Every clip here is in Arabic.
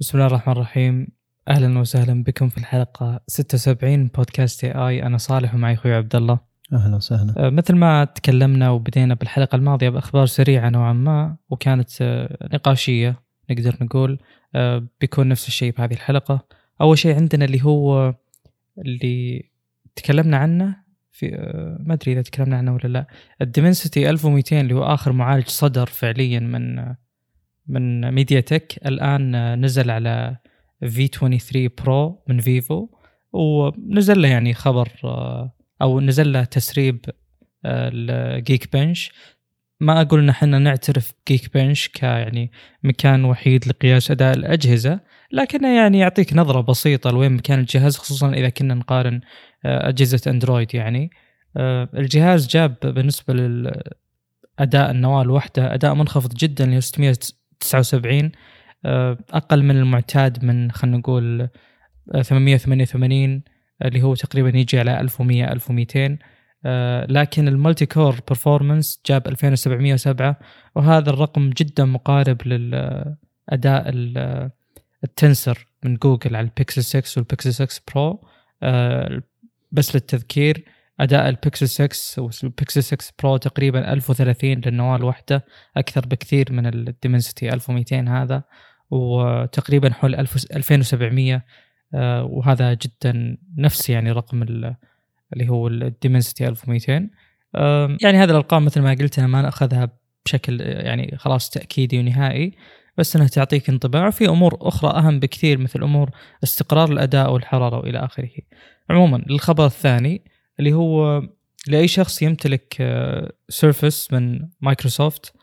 بسم الله الرحمن الرحيم. أهلا وسهلا بكم في الحلقة 76 بودكاست AI. أنا صالح ومعي أخوي عبد الله. أهلا وسهلا. مثل ما تكلمنا وبدينا بالحلقة الماضية بأخبار سريعة نوعا ما، وكانت نقاشية نقدر نقول. بيكون نفس الشيء بهذه الحلقة. أول شيء عندنا اللي تكلمنا عنه في ما أدري إذا تكلمنا عنه ولا لا، الديمنسيتي 1200 اللي هو آخر معالج صدر فعليا من ميدياتك. الآن نزل على V23 Pro من فيفو، ونزل له يعني خبر أو نزل له تسريب الجيك بنش. ما أقول إن إحنا نعترف جيك بنش يعني مكان وحيد لقياس أداء الأجهزة، لكنه يعني يعطيك نظرة بسيطة لوين مكان الجهاز، خصوصا إذا كنا نقارن أجهزة أندرويد. يعني الجهاز جاب بالنسبة للأداء النواة الواحدة أداء منخفض جدا ل 679، أقل من المعتاد من خلنا نقول 888 اللي هو تقريبا يجي على 1100 1200. لكن المالتي كور برفورمانس جاب 2707، وهذا الرقم جدا مقارب للأداء التنسر من جوجل على البيكسل 6 والبيكسل 6 برو. بس للتذكير، أداء البيكسل 6 والبيكسل 6 برو تقريبا 1030 للنواة الواحدة، أكثر بكثير من الديمنسيتي 1200 هذا، وتقريبا حول 2700. وهذا جدا نفس يعني رقم اللي هو الديمنسيتي 1200. يعني هذه الأرقام مثل ما قلت أنا ما نأخذها بشكل يعني خلاص تأكيدي ونهائي، بس أنها تعطيك انطباع. في أمور أخرى أهم بكثير مثل أمور استقرار الأداء والحرارة وإلى آخره. عموما للخبر الثاني اللي هو لأي شخص يمتلك سيرفس من مايكروسوفت،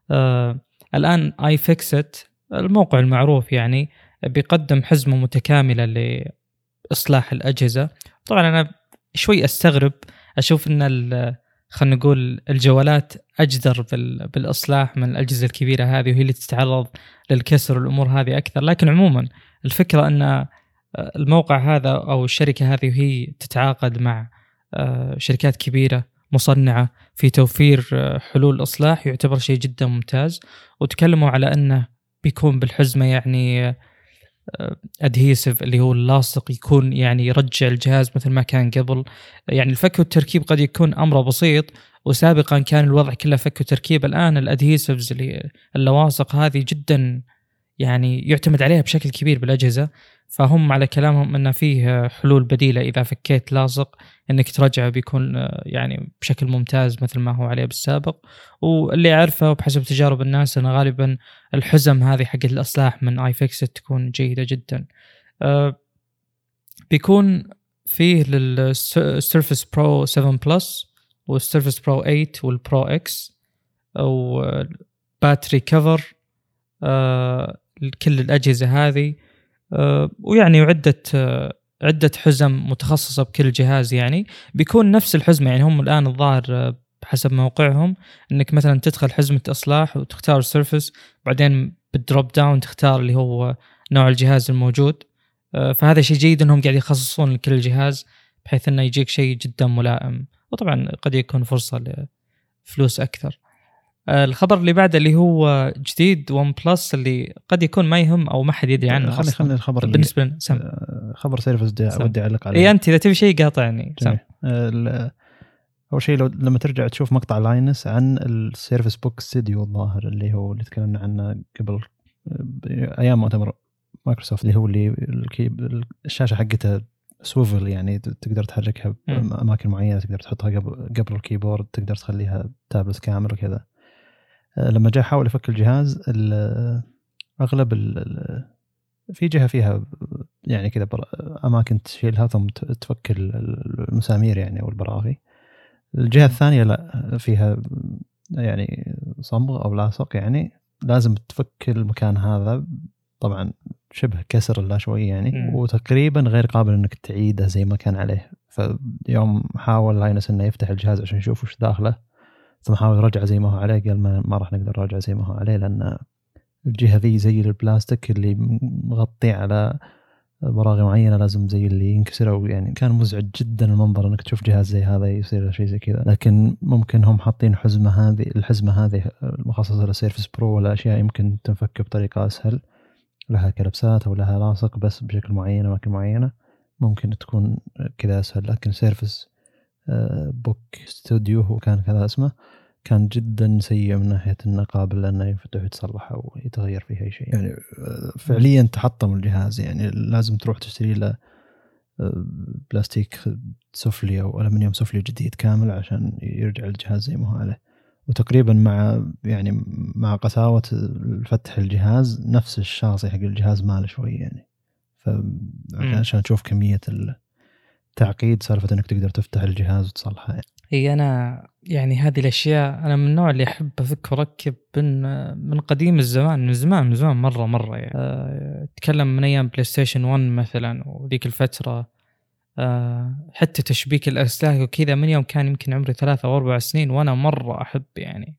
الآن iFixit الموقع المعروف يعني بيقدم حزمة متكاملة لإصلاح الأجهزة. طبعا أنا شوي أستغرب أشوف أن خلنا نقول الجوالات أجدر بالإصلاح من الأجهزة الكبيرة هذه، وهي اللي تتعرض للكسر والأمور هذه أكثر. لكن عموما الفكرة أن الموقع هذا أو الشركة هذه وهي تتعاقد مع شركات كبيرة مصنعة في توفير حلول إصلاح، يعتبر شيء جدا ممتاز. وتكلموا على أنه بيكون بالحزمة يعني adhesive اللي هو اللاصق، يكون يعني يرجع الجهاز مثل ما كان قبل. يعني الفك والتركيب قد يكون أمره بسيط، وسابقا كان الوضع كله فك وتركيب. الآن الادهيسيفز اللي اللواصق هذه جدا يعني يعتمد عليها بشكل كبير بالأجهزة، فهم على كلامهم أن فيه حلول بديلة إذا فكيت لاصق أنك ترجعه بيكون يعني بشكل ممتاز مثل ما هو عليه بالسابق. واللي أعرفه وبحسب تجارب الناس أن غالبا الحزم هذه حق الأصلاح من iFixit تكون جيدة جدا. بيكون فيه للسيرفس برو 7 بلس والسيرفس برو 8 والبرو اكس، أو باتري كفر كل الأجهزة هذه. ويعني عدة حزم متخصصة بكل جهاز. يعني بيكون نفس الحزمة، يعني هم الآن الظاهر بحسب موقعهم أنك مثلا تدخل حزمة إصلاح وتختار السيرفس، بعدين بالدروب داون تختار اللي هو نوع الجهاز الموجود. فهذا شيء جيد أنهم قاعد يخصصون لكل جهاز بحيث أنه يجيك شيء جدا ملائم، وطبعا قد يكون فرصة لفلوس أكثر. الخبر اللي بعده اللي هو جديد ون بلس اللي قد يكون ما يهم أو ما حد يدري عنه. خلي الخبر بالنسبة لسم خبر سيرفس ودي أعلق عليه. إيه أنت إذا تبي شيء قاطعني سم. أول شيء لما ترجع تشوف مقطع لاينس عن السيرفس بوك ستوديو الظاهر اللي هو اللي تكلمنا عنه قبل أيام مؤتمر مايكروسوفت، اللي هو اللي الشاشة حقتها سويفل، يعني تقدر تحركها بأماكن معينة، تقدر تحطها قبل الكيبورد، تقدر تخليها تابلت كامل وكذا. لما جاء حاول يفك الجهاز، أغلب في جهة فيها يعني كذا أماكن تشيلها ثم تفك المسامير يعني أو البراغي. الجهة الثانية لا، فيها يعني صمغ أو لاصق، يعني لازم تفك المكان هذا. طبعا شبه كسر لا شوي يعني، وتقريبا غير قابل انك تعيده زي ما كان عليه. فيوم حاول لاينس انه يفتح الجهاز عشان يشوف وش داخله، ثم حاول يرجع زي ما هو عليه، قال ما راح نقدر نرجع زي ما هو عليه، لان الجهه ذي زي البلاستيك اللي مغطي على براغي معينه لازم زي اللي ينكسر. او يعني كان مزعج جدا المنظر انك تشوف جهاز زي هذا يصير شيء زي كذا. لكن ممكن هم حاطين الحزمه هذه المخصصه للسيرفس برو، ولا اشياء يمكن تنفك بطريقه اسهل. لها كلبسات أو لها لاصق بس بشكل معين أماكن معينة ممكن تكون كذا أسهل. لكن سيرفس بوك ستوديو هو كان كذا اسمه، كان جدا سيء من ناحية إنه قابل أنه ينفتح ويتصلح أو يتغير فيه أي شيء. يعني فعليا تحطم الجهاز، يعني لازم تروح تشتري له بلاستيك سفلي أو ألمنيوم سفلي جديد كامل عشان يرجع الجهاز زي ما هو عليه. وتقريبا مع قساوة فتح الجهاز نفس الشاصي حق الجهاز ماله شوي يعني. عشان تشوف كمية التعقيد سالفة انك تقدر تفتح الجهاز وتصلحه يعني. هي انا يعني هذه الاشياء انا من النوع اللي احب افك وركب من قديم الزمان، من زمان مره يعني. اتكلم من ايام بلاي ستيشن 1 مثلا وذيك الفتره. حتى تشبيك الاسلاك وكذا من يوم كان يمكن عمري 3 أو 4 سنين وانا مره احب يعني.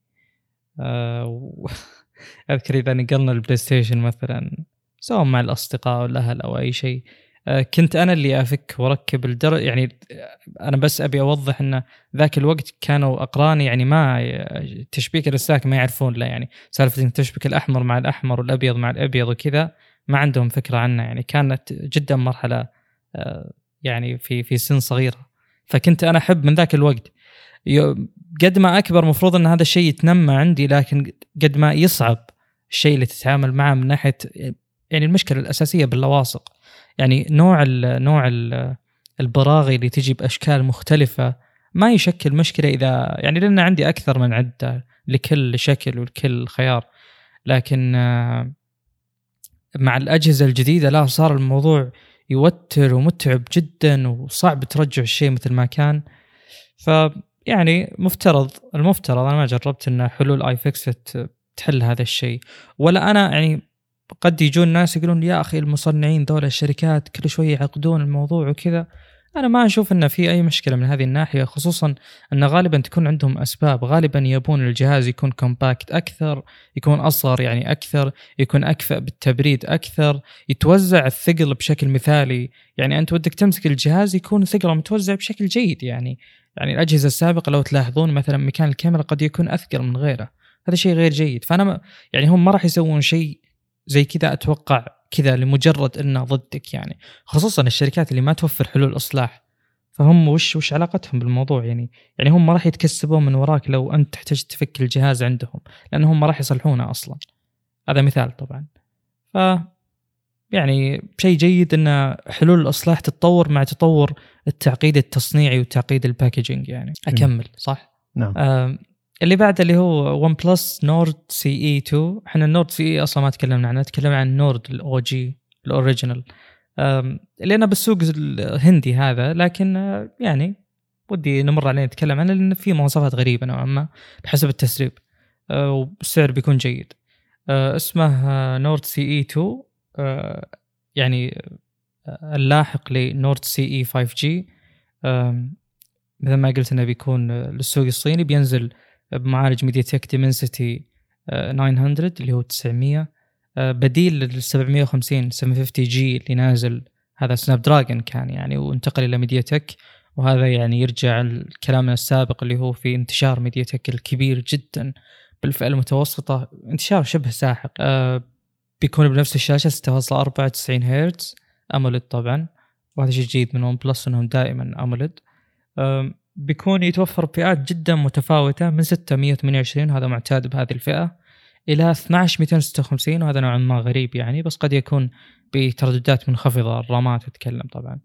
اذكر اذا نقلنا البلاي ستيشن مثلا سواء مع الاصدقاء او الاهل او اي شيء، كنت انا اللي افك وركب يعني انا بس ابي اوضح ان ذاك الوقت كانوا اقراني يعني ما تشبيك الاسلاك ما يعرفون لا، يعني سالفه ان تشبك الاحمر مع الاحمر والابيض مع الابيض وكذا ما عندهم فكره عنها. يعني كانت جدا مرحله يعني في سن صغيره، فكنت انا احب من ذاك الوقت. قد ما أكبر مفروض أن هذا الشيء يتنمى عندي، لكن قد ما يصعب الشيء اللي تتعامل معه من ناحية يعني المشكلة الأساسية باللواصق. يعني نوع البراغي اللي تجي بأشكال مختلفة ما يشكل مشكلة إذا يعني لأن عندي أكثر من عدة لكل شكل ولكل خيار. لكن مع الأجهزة الجديدة لا، صار الموضوع يوتر ومتعب جدا وصعب ترجع الشيء مثل ما كان. يعني المفترض أنا ما جربت أن حلول iFixit تحل هذا الشيء، ولا أنا يعني قد يجون ناس يقولون يا أخي المصنعين دول الشركات كل شوية يعقدون الموضوع وكذا. أنا ما أشوف أن في أي مشكلة من هذه الناحية، خصوصا أن غالبا تكون عندهم أسباب. غالبا يبون الجهاز يكون كومباكت أكثر، يكون أصغر يعني أكثر، يكون أكفأ بالتبريد أكثر، يتوزع الثقل بشكل مثالي. يعني أنت ودك تمسك الجهاز يكون ثقله متوزع بشكل جيد. يعني الأجهزة السابقة لو تلاحظون مثلا مكان الكاميرا قد يكون أثقل من غيره، هذا شيء غير جيد. فأنا يعني هم ما راح يسوون شيء زي كذا أتوقع كذا لمجرد إنه ضدك يعني، خصوصا الشركات اللي ما توفر حلول إصلاح. فهم وش علاقتهم بالموضوع يعني هم ما راح يتكسبون من وراك لو أنت تحتاج تفك الجهاز عندهم، لأنهم ما راح يصلحونه أصلا. هذا مثال طبعا. يعني شيء جيد أن حلول الإصلاح تتطور مع تطور التعقيد التصنيعي والتعقيد الباكيجينج يعني. أكمل صح؟ نعم. اللي بعد اللي هو ون بلس نورد CE2. احنا النورد CE اصلا ما تكلمنا عنه، تكلمنا عن النورد الOG الأوريجينال اللي انا بالسوق الهندي هذا. لكن يعني ودي نمر عليه نتكلم عنه لان فيه مواصفات غريبه نوعا ما بحسب التسريب، والسعر بيكون جيد. اسمه نورد CE2، يعني اللاحق لنورد CE 5G. مثل ما قلت انه بيكون للسوق الصيني، بينزل بمعالج ميدياتك ديمنسيتي 900 اللي هو 900، بديل لل 750 جي اللي نازل. هذا سناب دراجون كان يعني وانتقل الى ميدياتك، وهذا يعني يرجع الكلام السابق اللي هو في انتشار ميدياتك الكبير جدا بالفئة المتوسطة، انتشار شبه ساحق. بيكون بنفس الشاشة 6.4 90 هرتز أموليد طبعا، وهذا شيء جيد من ون بلس انهم دائما أموليد. بيكون يتوفر فئات جدا متفاوتة من 628 هذا معتاد بهذه الفئة إلى 12256 وهذا نوعا ما غريب يعني، بس قد يكون بترددات منخفضة. الرامات تتكلم طبعا.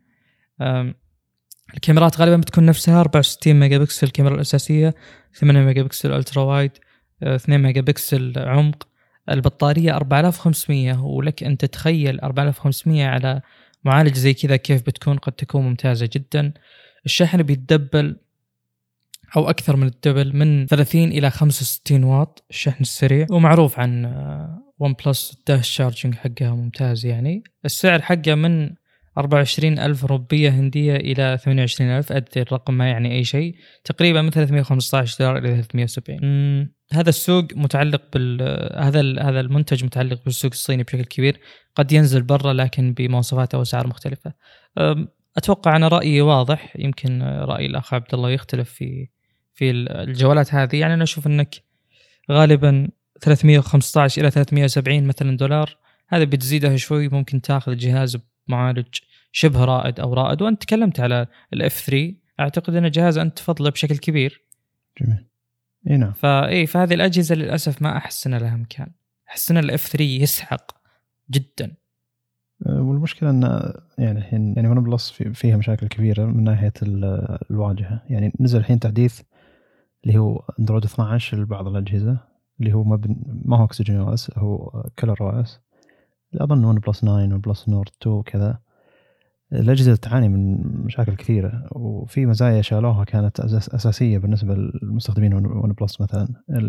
الكاميرات غالبا بتكون نفسها 64 ميجا بكسل الكاميرا الأساسية، 8 ميجا بكسل ألترا وايد، 2 ميجا بكسل عمق. البطارية 4500، ولك أن تتخيل 4500 على معالج زي كذا كيف بتكون، قد تكون ممتازة جدا. الشاحن بيتدبل أو أكثر من الدبل، من 30 إلى 65 واط الشحن السريع، ومعروف عن ون بلس الداش شارجنج حقها ممتاز يعني. السعر حقه من 24,000 روبية هندية إلى 28,000، أدري الرقم ما يعني أي شيء، تقريبا من $315 إلى 370. هذا السوق متعلق هذا المنتج متعلق بالسوق الصيني بشكل كبير، قد ينزل برا لكن بمواصفات أو أسعار مختلفة. أتوقع أنا رأيي واضح، يمكن رأي الأخ عبد الله يختلف في الجوالات هذه. يعني أنا أشوف أنك غالبا 315 إلى 370 مثلا دولار، هذا بتزيدها شوي ممكن تاخذ الجهاز بمعالج شبه رائد أو رائد. وأنت تكلمت على الF3، أعتقد أن جهاز أنت تفضله بشكل كبير. جميل. اي نعم. فهذه الأجهزة للأسف ما أحسن لها مكان. أحسن الF3 يسحق جدا. والمشكلة أن يعني الحين يعني ون بلس فيها مشاكل كبيرة من ناحية الواجهة. يعني نزل الحين تحديث اللي هو اندرويد 12 لبعض الأجهزة اللي هو ما هو اكسجين او اس، هو كلر او اس. اظن ون بلس 9 ون بلس نورد 2 كذا. الأجهزة تعاني من مشاكل كثيرة، وفي مزايا شالوها كانت أساسية بالنسبة للمستخدمين ون بلس. مثلا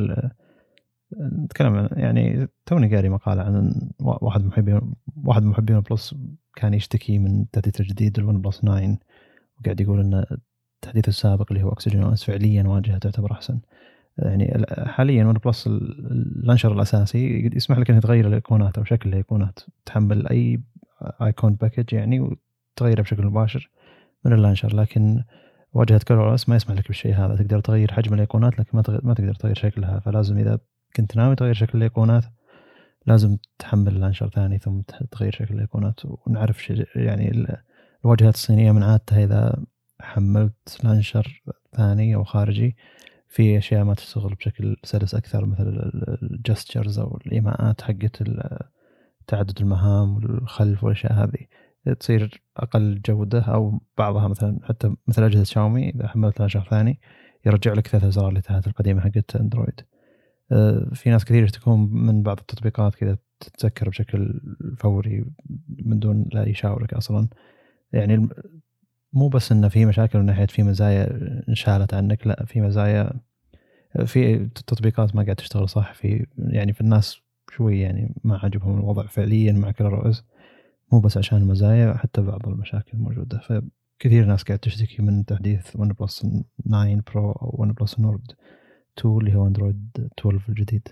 نتكلم يعني توني قاري مقالة عن واحد محبي ون بلس كان يشتكي من تحديث الجديد الون بلس 9، وقاعد يقول أن التحديث السابق اللي هو اكسجين او اس فعليا واجهة تعتبر أحسن. يعني حاليا ون بلس اللانشر الأساسي يسمح لك أن تغير الأيقونات أو شكل الأيقونات، تحمل أي ايكون باكج يعني وتغيره بشكل مباشر من اللانشر. لكن واجهة كلر اس ما يسمح لك بالشيء هذا. تقدر تغير حجم الأيقونات لكن ما تقدر تغير شكلها. فلازم إذا كنت ناوي تغير شكل الأيقونات لازم تحمل لانشر ثاني ثم تغير شكل الأيقونات. ونعرف يعني الواجهات الصينية من عادتها إذا حملت لانشر ثاني أو خارجي في أشياء ما تشتغل بشكل سلس أكثر، مثل الجستشرز أو الإيماءات حقت تعدد المهام والخلف والأشياء هذه تصير أقل جودة، أو بعضها مثلا حتى مثل أجهزة شاومي إذا حملت لانشر ثاني يرجع لك 3 أزرار اللي تحت القديمة حقت أندرويد. في ناس كثير تكون من بعض التطبيقات كذا تتذكر بشكل فوري من دون لا يشاورك أصلا. يعني مو بس إنه في مشاكل من ناحية في مزايا انشالت عنك، لا في مزايا في التطبيقات ما قاعد تشتغل صح. يعني في الناس شوي يعني ما عجبهم الوضع فعليا مع كلر او اس، مو بس عشان المزايا، حتى بعض المشاكل موجودة. فكثير ناس قاعد تشتكي من تحديث ون بلس 9 برو أو ون بلس نورد 2 اللي هو اندرويد 12 الجديد.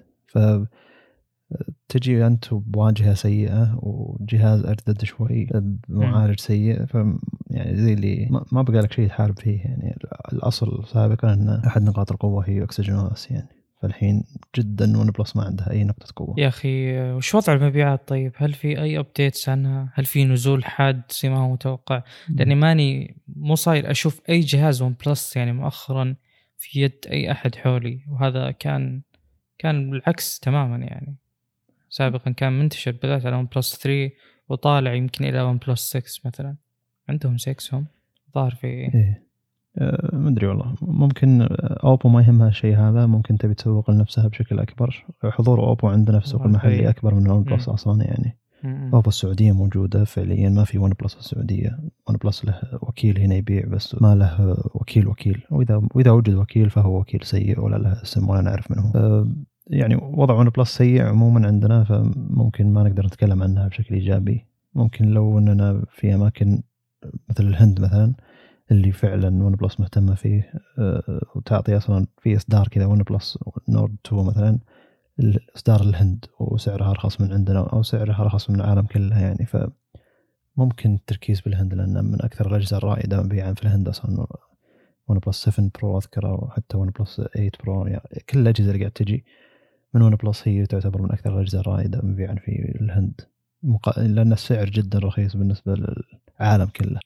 تجي أنت بواجهة سيئة وجهاز أجدد شوي بمعالج سيء، يعني زي اللي ما بقى لك شيء تحارب فيه. يعني الأصل سابقا أن أحد نقاط القوة هي أكسجين OS يعني، فالحين جدا ون بلس ما عندها أي نقطة قوة. يا أخي وش وضع المبيعات طيب؟ هل في أي أبديتس عنها؟ هل في نزول حاد زي ما هو متوقع؟ لأني ماني مو صاير أشوف أي جهاز ون بلس يعني مؤخرا في يد أي أحد حولي، وهذا كان بالعكس تماما. يعني سابقا كان منتشر بدأت على ون بلس 3 وطالع يمكن إلى ون بلس 6 مثلا. عندهم 6 هم ظاهر في إيه. ما أدري والله، ممكن أوبو ما يهمها الشيء هذا، ممكن تبي تسوق لنفسها بشكل أكبر. حضور أوبو عندنا في السوق المحلي أكبر من ون بلس أصلا يعني. أوبو السعودية موجودة فعليا، ما في ون بلس السعودية. ون بلس له وكيل هنا يبيع بس ما له وكيل، وإذا وجد وكيل فهو وكيل سيء ولا له اسم ولا نعرف منه. يعني وضع ون بلس سيء عموما عندنا، فممكن ما نقدر نتكلم عنها بشكل إيجابي. ممكن لو أننا في أماكن مثل الهند مثلا اللي فعلا ون بلس مهتمة فيه وتعطي أصلا في إصدار كذا ون بلس نورد 2 مثلا، الإصدار الهند وسعرها أرخص من عندنا أو سعرها أرخص من العالم كله يعني. فممكن التركيز بالهند لأن من أكثر الأجهزة الرائدة مبيعا في الهند أصلا ون بلس 7 برو أذكر، وحتى ون بلس 8 برو. يعني كل الأجهزة اللي قاعد تجي من ون بلس هي تعتبر من أكثر الأجهزة الرائدة مبيعا في الهند، لأن السعر جدا رخيص بالنسبة للعالم كله.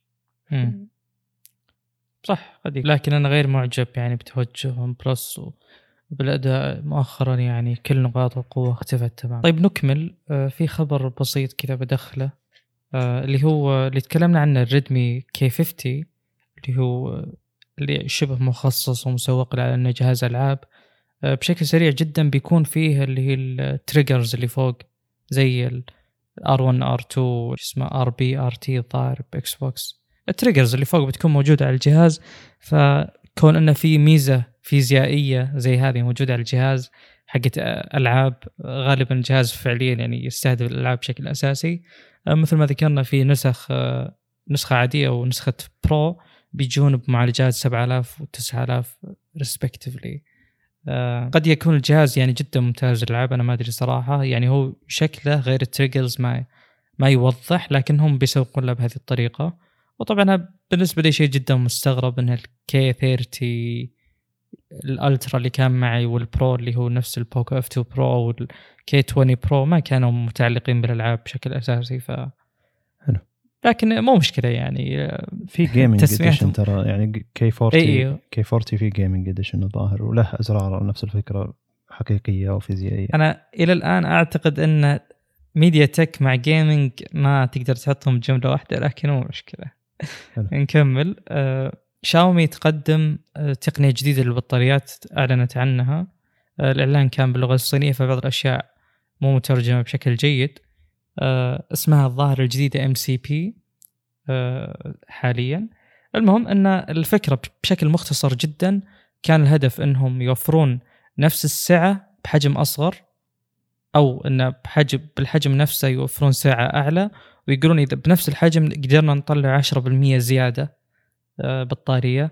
صح قد، لكن أنا غير معجب يعني بتوجه ون بلس وبالأداء مؤخرا. يعني كل نقاط القوة اختفت تماما. طيب نكمل. في خبر بسيط كذا بدخله، اللي هو اللي تكلمنا عنه الريدمي K50 اللي هو اللي شبه مخصص ومسوق على أنه جهاز ألعاب. بشكل سريع جدا بيكون فيه اللي هي التريجرز اللي فوق زي ال R1 R2 اسمه RB RT الظاهر بإكس بوكس. التريجرز اللي فوق بتكون موجودة على الجهاز، فكون أنه في ميزة فيزيائية زي هذه موجودة على الجهاز حقت ألعاب، غالبا الجهاز فعليا يعني يستهدف الألعاب بشكل أساسي. مثل ما ذكرنا في نسخة عادية ونسخة برو بيجون بمعالجات 7000 و 9000 respectively. قد يكون الجهاز يعني جدا ممتاز للعب، أنا ما أدري صراحة. يعني هو شكله غير التريجرز ما يوضح، لكنهم بيسوقون له بهذه الطريقة. وطبعا بالنسبة لي شيء جدا مستغرب أن الK30 الالترا اللي كان معي والبرو اللي هو نفس البوكو اف 2 برو والكي 20 برو ما كانوا متعلقين بالالعاب بشكل اساسي. حلو. لكن مو مشكله يعني في جيمنج اديشن ترى يعني كي 40 كي 40 في جيمنج اديشن الظاهر وله ازرار نفس الفكره حقيقيه وفيزيائيه. انا الى الان اعتقد ان ميديا تك مع جيمنج ما تقدر تحطهم جمله واحده، لكن مو مشكله. نكمل. شاومي تقدم تقنيه جديده للبطاريات اعلنت عنها. الاعلان كان باللغه الصينيه فبعض الاشياء مو مترجمه بشكل جيد. اسمها الظاهر الجديده MCP حاليا. المهم ان الفكره بشكل مختصر جدا كان الهدف انهم يوفرون نفس السعه بحجم اصغر، او ان بالحجم نفسه يوفرون سعه اعلى، ويقولون اذا بنفس الحجم قدرنا نطلع 10% زياده بطاريه.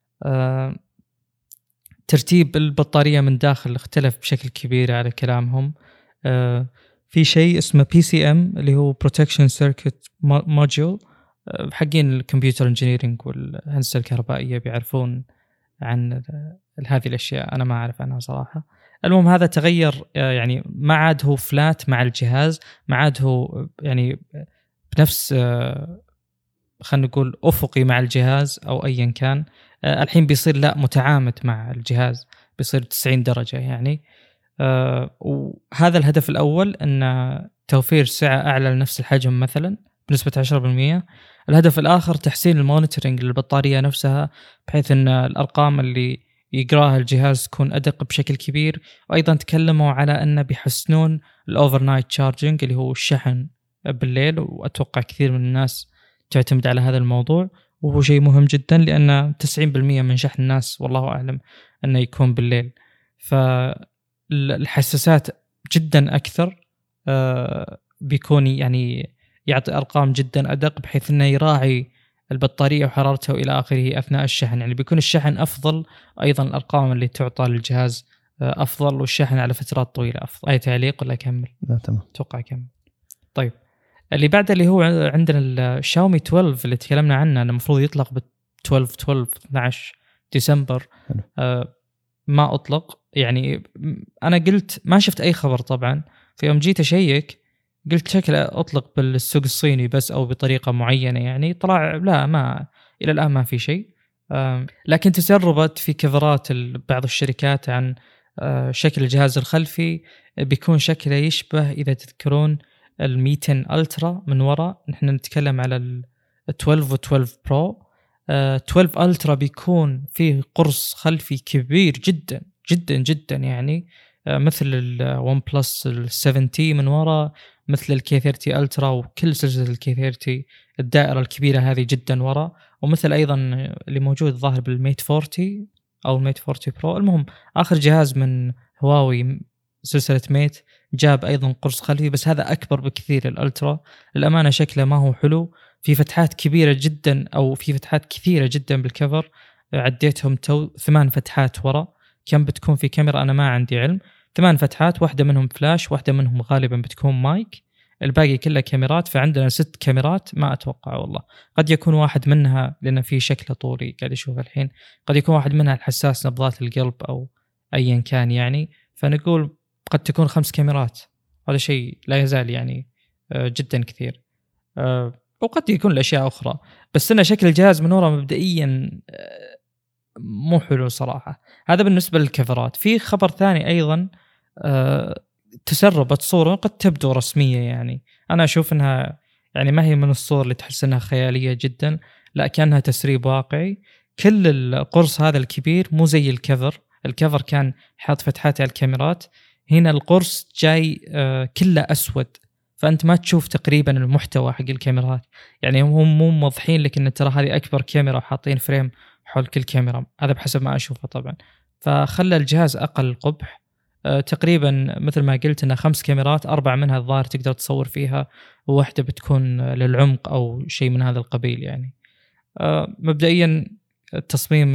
ترتيب البطاريه من داخل اختلف بشكل كبير على كلامهم. في شيء اسمه PCM اللي هو Protection Circuit Module. حقين الكمبيوتر انجينيرينج والهندسه الكهربائيه بيعرفون عن هذه الاشياء، انا ما اعرف عنها صراحه. المهم هذا تغير، يعني ما عاد هو فلات مع الجهاز، ما عاد هو يعني بنفس خلينا نقول افقي مع الجهاز او ايا كان. الحين بيصير لا متعامد مع الجهاز، بيصير 90 درجه يعني. وهذا الهدف الأول أن توفير سعة أعلى لنفس الحجم مثلا بنسبة 10%. الهدف الآخر تحسين المونيتورنج للبطارية نفسها، بحيث أن الأرقام اللي يقراها الجهاز تكون أدق بشكل كبير. وأيضا تكلموا على أن بيحسنون الأوفر نايت تشارجنج اللي هو الشحن بالليل، وأتوقع كثير من الناس تعتمد على هذا الموضوع، وهو شيء مهم جدا لأن 90% من شحن الناس والله أعلم أنه يكون بالليل. الحساسات جدا أكثر، بيكون يعني يعطي أرقام جدا أدق بحيث أنه يراعي البطارية وحرارتها وإلى آخره أثناء الشحن. يعني بيكون الشحن أفضل، أيضا الأرقام اللي تعطى للجهاز أفضل، والشحن على فترات طويلة أفضل. أي تعليق ولا أكمل؟ لا تمام، أتوقع كمل. طيب اللي بعد اللي هو عندنا الشاومي 12 اللي تكلمنا عنه، المفروض يطلق ب 12 ديسمبر. ما أطلق. يعني أنا قلت ما شفت أي خبر طبعا، في يوم جيت أشيك قلت شكله أطلق بالسوق الصيني بس أو بطريقة معينة، يعني طلع لا، ما إلى الآن ما في شيء. لكن تسربت في كفرات بعض الشركات عن شكل الجهاز الخلفي، بيكون شكله يشبه إذا تذكرون ال100 ألترا من وراء. نحن نتكلم على ال 12 و 12 برو. 12 ألترا بيكون فيه قرص خلفي كبير جدا جدا جدا، يعني مثل الون بلس ال7T من وراء، مثل الكي 30 ألترا وكل سلسلة الكي 30 الدائرة الكبيرة هذه جدا وراء، ومثل أيضا اللي موجود ظاهر بالميت 40 أو الميت 40 برو. المهم آخر جهاز من هواوي سلسلة ميت جاب أيضا قرص خلفي، بس هذا أكبر بكثير. الألترا الأمانة شكله ما هو حلو، في فتحات كبيرة جدا أو في فتحات كثيرة جدا بالكفر، عديتهم 8 فتحات وراء. كم بتكون في كاميرا أنا ما عندي علم. 8 فتحات، واحدة منهم فلاش، واحدة منهم غالبا بتكون مايك، الباقي كله كاميرات. فعندنا 6 كاميرات، ما أتوقع والله. قد يكون واحد منها لأن في شكله طولي قاعد أشوف الحين، قد يكون واحد منها الحساس نبضات القلب أو أيا كان يعني. فنقول قد تكون 5 كاميرات. هذا شيء لا يزال يعني جدا كثير. وقد يكون الأشياء أخرى، بس أن شكل الجهاز من وراء مبدئيا مو حلو صراحة. هذا بالنسبة للكفرات. في خبر ثاني أيضا، تسربت صورة قد تبدو رسمية، يعني أنا أشوف أنها يعني ما هي من الصور اللي تحس أنها خيالية جدا، لا كأنها تسريب واقعي. كل القرص هذا الكبير مو زي الكفر كان حاط فتحات على الكاميرات، هنا القرص جاي كله أسود، فأنت ما تشوف تقريبا المحتوى حق الكاميرات. يعني هم مو موضحين لك إن ترى هذه أكبر كاميرا وحاطين فريم حول كل كاميرا، هذا بحسب ما أشوفه طبعا. فخلى الجهاز أقل قبح. تقريبا مثل ما قلت إنه 5 كاميرات، 4 منها الظاهر تقدر تصور فيها، وواحدة بتكون للعمق أو شيء من هذا القبيل يعني. مبدئيا تصميم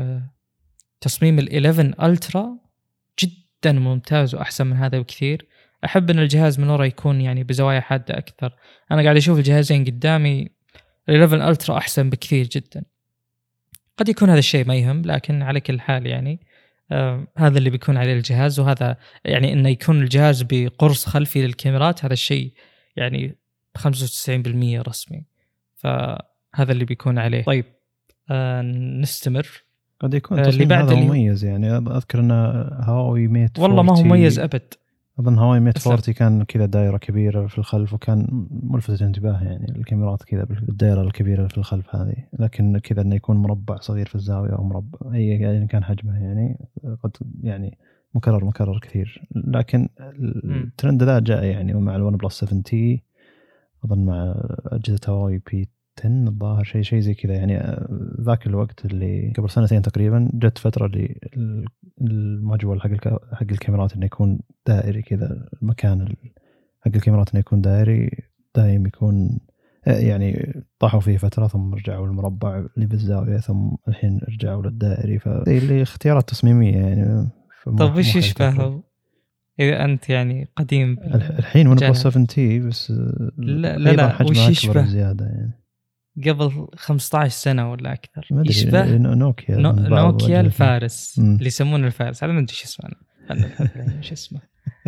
ال11 ألترا جدا ممتاز وأحسن من هذا بكثير. أحب أن الجهاز من وراء يكون يعني بزوايا حادة أكثر. أنا قاعد أشوف الجهازين قدامي، ال11 ألترا أحسن بكثير جدا. قد يكون هذا الشيء ما يهم، لكن على كل حال يعني هذا اللي بيكون عليه الجهاز. وهذا يعني إنه يكون الجهاز بقرص خلفي للكاميرات، هذا الشيء يعني 95% رسمي، فهذا اللي بيكون عليه. طيب نستمر. قد يكون تصميم هذا مميز، يعني أذكر أن هواوي ميت 40 والله ما هو مميز أبد. أظن هواوي ميت 40 كان كذا دائرة كبيرة في الخلف، وكان ملفت الانتباه يعني الكاميرات كذا بالدائرة الكبيرة في الخلف هذه، لكن كذا إنه يكون مربع صغير في الزاوية أو مربع أي يعني كان حجمه يعني قد يعني مكرر كثير. لكن الترند ذا جاء يعني ومع الون بلس 7T أظن مع أجهزة هواوي بي 10 الظاهر شيء زي كذا يعني. ذاك الوقت اللي قبل سنتين تقريبا جت فترة اللي المجول حق الكاميرات إنه يكون دائري كذا، المكان حق الكاميرات إنه يكون دائري دائم، يكون يعني طاحوا فيه فترة ثم رجعوا المربع اللي بالزاوية ثم الحين رجعوا للدائري، فاللي اختيارات تصميمية يعني. طب وش يشبهه إذا أنت يعني قديم الحين ون بلس 7T بس لا وش يشبه زيادة يعني قبل 15 سنة ولا أكثر؟ يشبه نوكيا الفارس اللي يسمونه الفارس، هذا ما أدري شو اسمه شو اسمه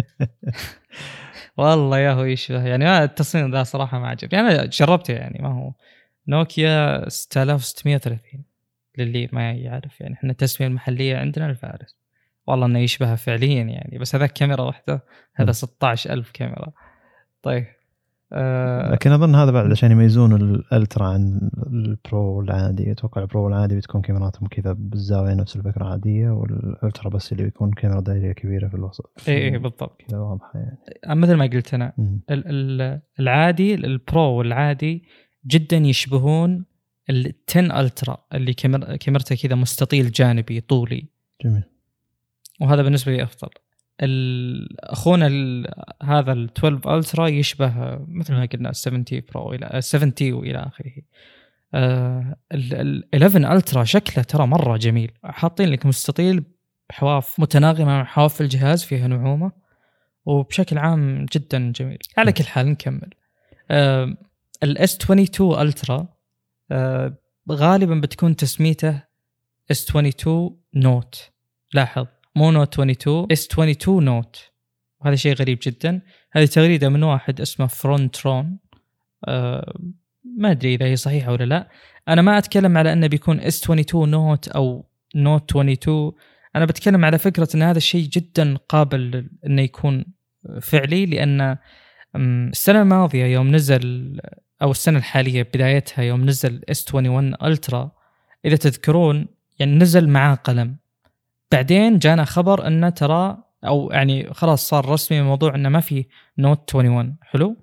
والله يا هو يشبه يعني. التصميم ذا صراحة ما عجبني، أنا جربته يعني. ما هو نوكيا 6630 للي ما يعرف يعني، إحنا التسمية المحلية عندنا الفارس، والله إنه يشبهها فعليا يعني، بس هذا كاميرا واحدة، هذا 16,000 كاميرا. طيب لكن أظن هذا بعد عشان يميزون الألترا عن البرو العادي. أتوقع البرو العادي بتكون كاميراتهم كذا بالزاوية نفس الفكرة عادية، والألترا بس اللي بيكون كاميرا دائرية كبيرة في الوسط. إيه بالضبط كذا واضحة يعني. مثل ما قلت أنا العادي البرو والعادي جدا يشبهون ال10 ألترا اللي كاميرته كذا مستطيل جانبي طولي. جميل. وهذا بالنسبة لي أفضل. أخونا هذا ال12 ألترا يشبه مثل ما قلنا 70 برو إلى 70 وإلى آخره. ال11 ألترا شكله ترى مرة جميل، حاطين لك مستطيل بحواف متناغمة مع حواف الجهاز فيها نعومة، وبشكل عام جدا جميل. على كل حال نكمل. S22 ألترا غالبا بتكون تسميته S22 نوت. لاحظ مو نوت 22 S22 نوت، وهذا شيء غريب جدا. هذه تغريدة من واحد اسمه فرونترون، ما أدري إذا هي صحيحة ولا لا. أنا ما أتكلم على أنه بيكون S22 نوت أو نوت 22، أنا بتكلم على فكرة أن هذا الشيء جدا قابل أنه يكون فعلي، لأن السنة الماضية يوم نزل، أو السنة الحالية بدايتها يوم نزل S21 ألترا، إذا تذكرون يعني نزل معاه قلم، بعدين جانا خبر أنه ترى أو يعني خلاص صار رسمي موضوع أنه ما في نوت 21. حلو.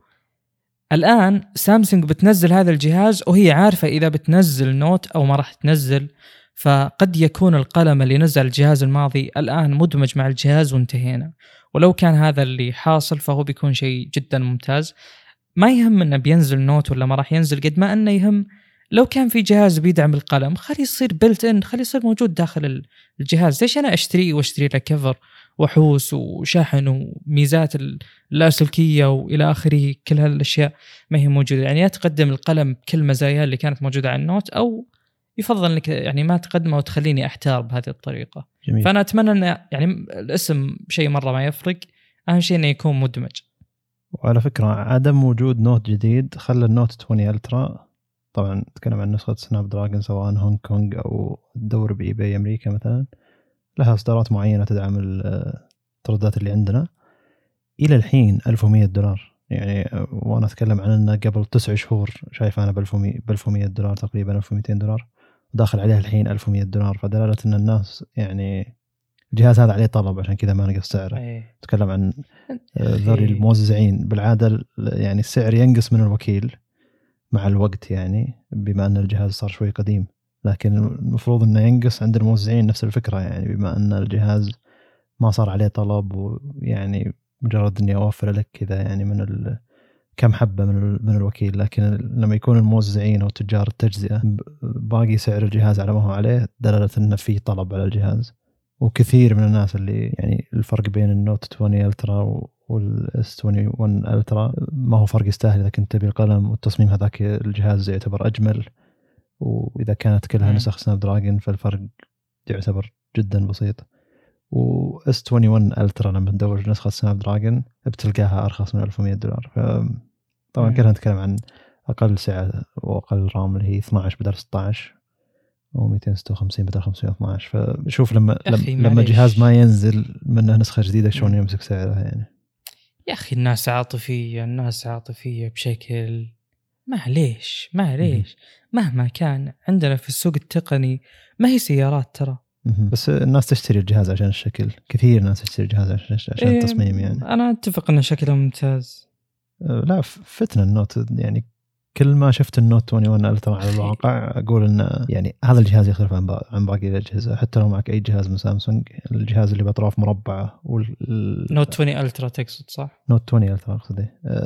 الآن سامسونج بتنزل هذا الجهاز وهي عارفة إذا بتنزل نوت أو ما راح تنزل، فقد يكون القلم اللي نزل الجهاز الماضي الآن مدمج مع الجهاز وانتهينا. ولو كان هذا اللي حاصل فهو بيكون شيء جدا ممتاز. ما يهم أنه بينزل نوت ولا ما راح ينزل، قد ما أنه يهم لو كان في جهاز بيدعم القلم خلي يصير بيلت إن، خلي يصير موجود داخل الجهاز. ليش أنا أشتري له كفر وحوس وشاحن وميزات اللاسلكية وإلى آخره، كل هالأشياء ما هي موجودة. يعني تقدم القلم كل مزايا اللي كانت موجودة على النوت، أو يفضل لك يعني ما تقدمه وتخليني أحتار بهذه الطريقة. جميل. فأنا أتمنى أن يعني الاسم شيء مرة ما يفرق، أهم شيء أنه يكون مدمج. وعلى فكرة عدم وجود نوت جديد خلى النوت 20 ألترا، طبعا نتكلم عن نسخة سناب دراجون سواء هونغ كونغ أو الدور بإيباي أمريكا مثلا، لها إصدارات معينة تدعم الترددات اللي عندنا. إلى الحين $1100 يعني، وأنا أتكلم عن أنه قبل 9 شهور شايف أنا $1100 تقريبا $1200، وداخل عليها الحين $1100. فدلالة أن الناس يعني الجهاز هذا عليه طلب، عشان كذا ما نقص سعره. نتكلم عن ذوري الموزعين بالعادة يعني السعر ينقص من الوكيل مع الوقت يعني، بما أن الجهاز صار شوي قديم، لكن المفروض أنه ينقص عند الموزعين نفس الفكرة يعني، بما أن الجهاز ما صار عليه طلب، ويعني مجرد أني أوفر لك كذا يعني من كم حبة من الوكيل. لكن لما يكون الموزعين أو تجار التجزئة باقي سعر الجهاز على ما هو عليه، دلالة أنه في طلب على الجهاز. وكثير من الناس اللي يعني الفرق بين النوت 20 ألترا والS 21 ألترا ما هو فرق يستاهل إذا كنت تبي القلم والتصميم، هذاك الجهاز يعتبر أجمل، وإذا كانت كلها نسخ سناب دراجون فالفرق يعتبر جدا بسيط. و S21 الترا لما تدور نسخه سناب دراجون بتلقاها ارخص من $1100. طبعا كنا نتكلم عن اقل سعه واقل رام اللي هي 12 بدل 16 و256 بدل 512. فشوف لما جهاز ما ينزل منه نسخه جديده شلون يمسك سعره يعني. يا اخي الناس عاطفيه بشكل معليش مهما كان عندنا في السوق التقني ما هي سيارات ترى. بس الناس تشتري الجهاز عشان الشكل، كثير ناس تشتري الجهاز عشان التصميم يعني. أنا أتفق أن شكله ممتاز. لا فتنا النوت يعني، كل ما شفت النوت 21 الترا على الواقع أقول إن يعني هذا الجهاز يختلف عن باقي الأجهزة. حتى لو معك أي جهاز من سامسونج، الجهاز اللي بأطراف مربعة نوت 20 الترا تقصد صح؟ نوت 20 الترا أقصد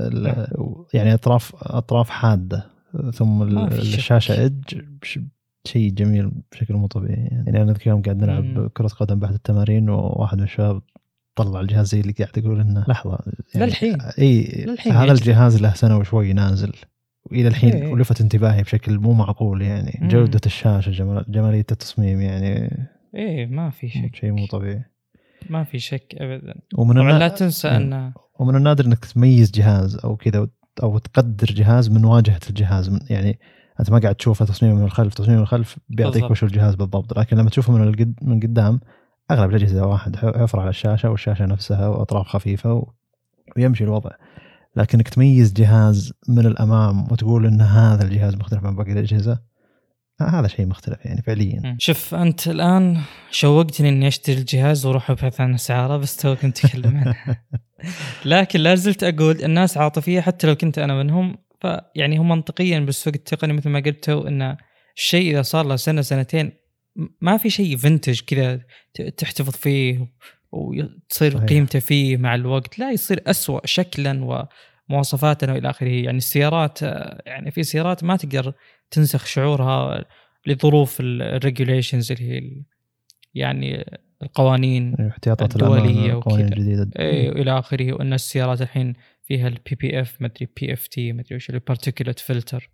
يعني أطراف حادة، ثم الشاشة إدج شيء جميل بشكل مو طبيعي يعني. أنا أذكر يوم قاعد نلعب كرة قدم بعد التمارين، وواحد من الشباب طلع الجهاز زي اللي قاعد يقول إنه لحظة يعني للحين هذا الجهاز له سنة وشوي نازل وإلى الحين ولفت انتباهي بشكل مو معقول يعني. جودة الشاشة، جمالية التصميم يعني ما في شك، شيء مو طبيعي، ما في شك أبدا. لا تنسى أن ومن النادر إنك تميز جهاز أو كذا أو تقدر جهاز من واجهة الجهاز. يعني أنت ما قاعد تشوفه تصميم من الخلف، تصميم من الخلف بيعطيك وش الجهاز بالضبط، لكن لما تشوفه من قدام أغلب الأجهزة واحد، حفر على الشاشة والشاشة نفسها وأطراف خفيفة ويمشي الوضع. لكنك تميز جهاز من الأمام وتقول إن هذا الجهاز مختلف عن باقي الأجهزة، هذا شيء مختلف يعني فعليا. شوف أنت الآن شوقتني إني أشتري الجهاز وأروح أبحث عن أسعاره، بس تو كنت أتكلم عنها. لكن لازلت أقول الناس عاطفية حتى لو كنت أنا منهم. فيعني هم منطقيا بالسوق التقني مثل ما قلتوا إن الشيء إذا صار له سنة سنتين ما في شيء فينتج كذا تحتفظ فيه وتصير قيمته فيه مع الوقت، لا يصير أسوأ شكلا ومواصفاتا وإلى آخره. يعني السيارات، يعني في سيارات ما تقدر تنسخ شعورها لظروف الريجوليشنز اللي هي يعني القوانين الدولية والقوانين الجديدة إلى آخره. وأن السيارات الحين فيها PPF مدري PFT مدري وش البارتيكولات فلتر.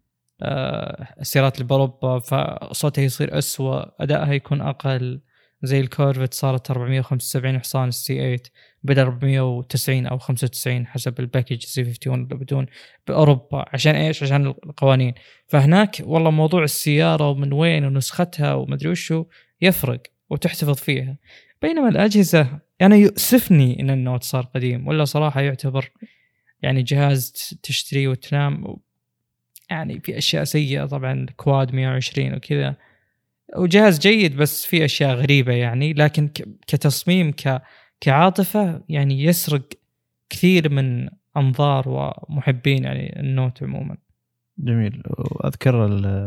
السيارات اللي بأوروبا فصوتها يصير أسوأ، أدائها يكون أقل. زي الكورفت صارت 475 حصان C8 بدل 490 أو 95 حسب الباكيج C51 اللي بدون بأوروبا. عشان إيش؟ عشان القوانين. فهناك والله موضوع السيارة ومن وين ونسختها ومدري وشو يفرق وتحتفظ فيها. بينما الأجهزة يعني يؤسفني إن النوت صار قديم، ولا صراحة يعتبر يعني جهاز تشتريه وتنام. يعني في أشياء سيئة طبعا، كواد 120 وكذا، وجهاز جيد بس في أشياء غريبة يعني. لكن كتصميم كعاطفة يعني يسرق كثير من أنظار ومحبين يعني النوت عموما. جميل. وأذكر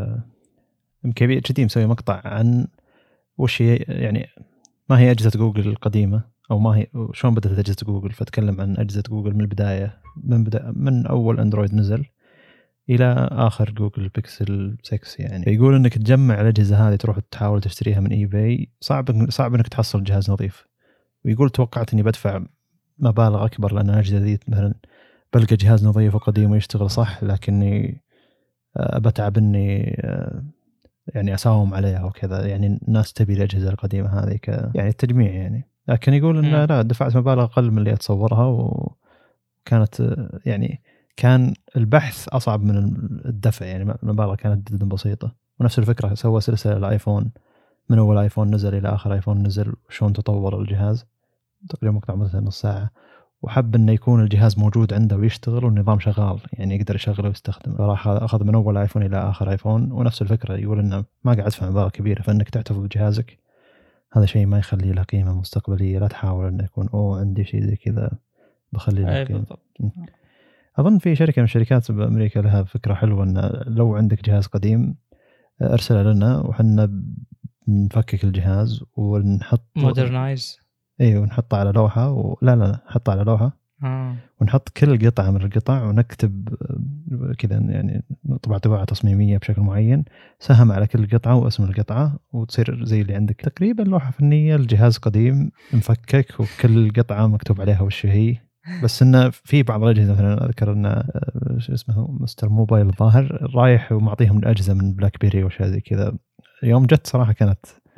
كبير جديد مسوي مقطع عن وش هي يعني ما هي أجهزة جوجل القديمة، أو ما هي شلون بدأت أجهزة جوجل. فتكلم عن أجهزة جوجل من البداية، من أول أندرويد نزل إلى آخر جوجل بيكسل 6 يعني. يقول إنك تجمع الأجهزة هذه تروح تحاول تشتريها من eBay صعب إنك تحصل جهاز نظيف. ويقول توقعت إني بدفع مبالغ أكبر لأن الأجهزة ذي مثلا بلقى جهاز نظيف وقديم ويشتغل صح، لكني بتعب إني يعني أساوم عليها وكذا. يعني الناس تبي الأجهزة القديمة هذه يعني التجميع يعني. لكن يقول إن لا، دفعت مبالغ أقل من اللي أتصورها، وكانت يعني كان البحث أصعب من الدفع يعني. المبالغ كانت جدا بسيطة. ونفس الفكرة سوى سلسلة الآيفون، من أول آيفون نزل إلى آخر آيفون نزل، شلون تطور الجهاز. تقريبا مقطع مثلا نص ساعة. وحب إنه يكون الجهاز موجود عنده ويشتغل والنظام شغال يعني يقدر يشغله ويستخدمه. فراح أخذ من أول آيفون إلى آخر آيفون. ونفس الفكرة يقول إنه ما قاعد أدفع مبالغ كبيرة، فإنك تحتفظ بجهازك هذا شيء ما يخلي له قيمة مستقبلية. لا تحاول إنه يكون عندي شيء زي كذا بخلي له قيمة. أظن في شركة من الشركات بأمريكا لها فكرة حلوة، إن لو عندك جهاز قديم أرسله لنا وحنا نفكك الجهاز ونحط مودرنايز. ايوه ونحطه على لوحة لا نحطه على لوحة ونحط كل قطعة من القطع ونكتب كذا يعني طبعة تصميمية بشكل معين، سهم على كل قطعة واسم القطعة، وتصير زي اللي عندك تقريبا لوحة فنية. الجهاز قديم مفكك وكل قطعة مكتوب عليها وش هي. بس إنه في بعض الأجهزة مثلا أذكر إنه اسمه مستر موبايل الظاهر رايح ومعطيهم الأجهزة من بلاك بيري وشيء زي كذا. يوم جت صراحة كانت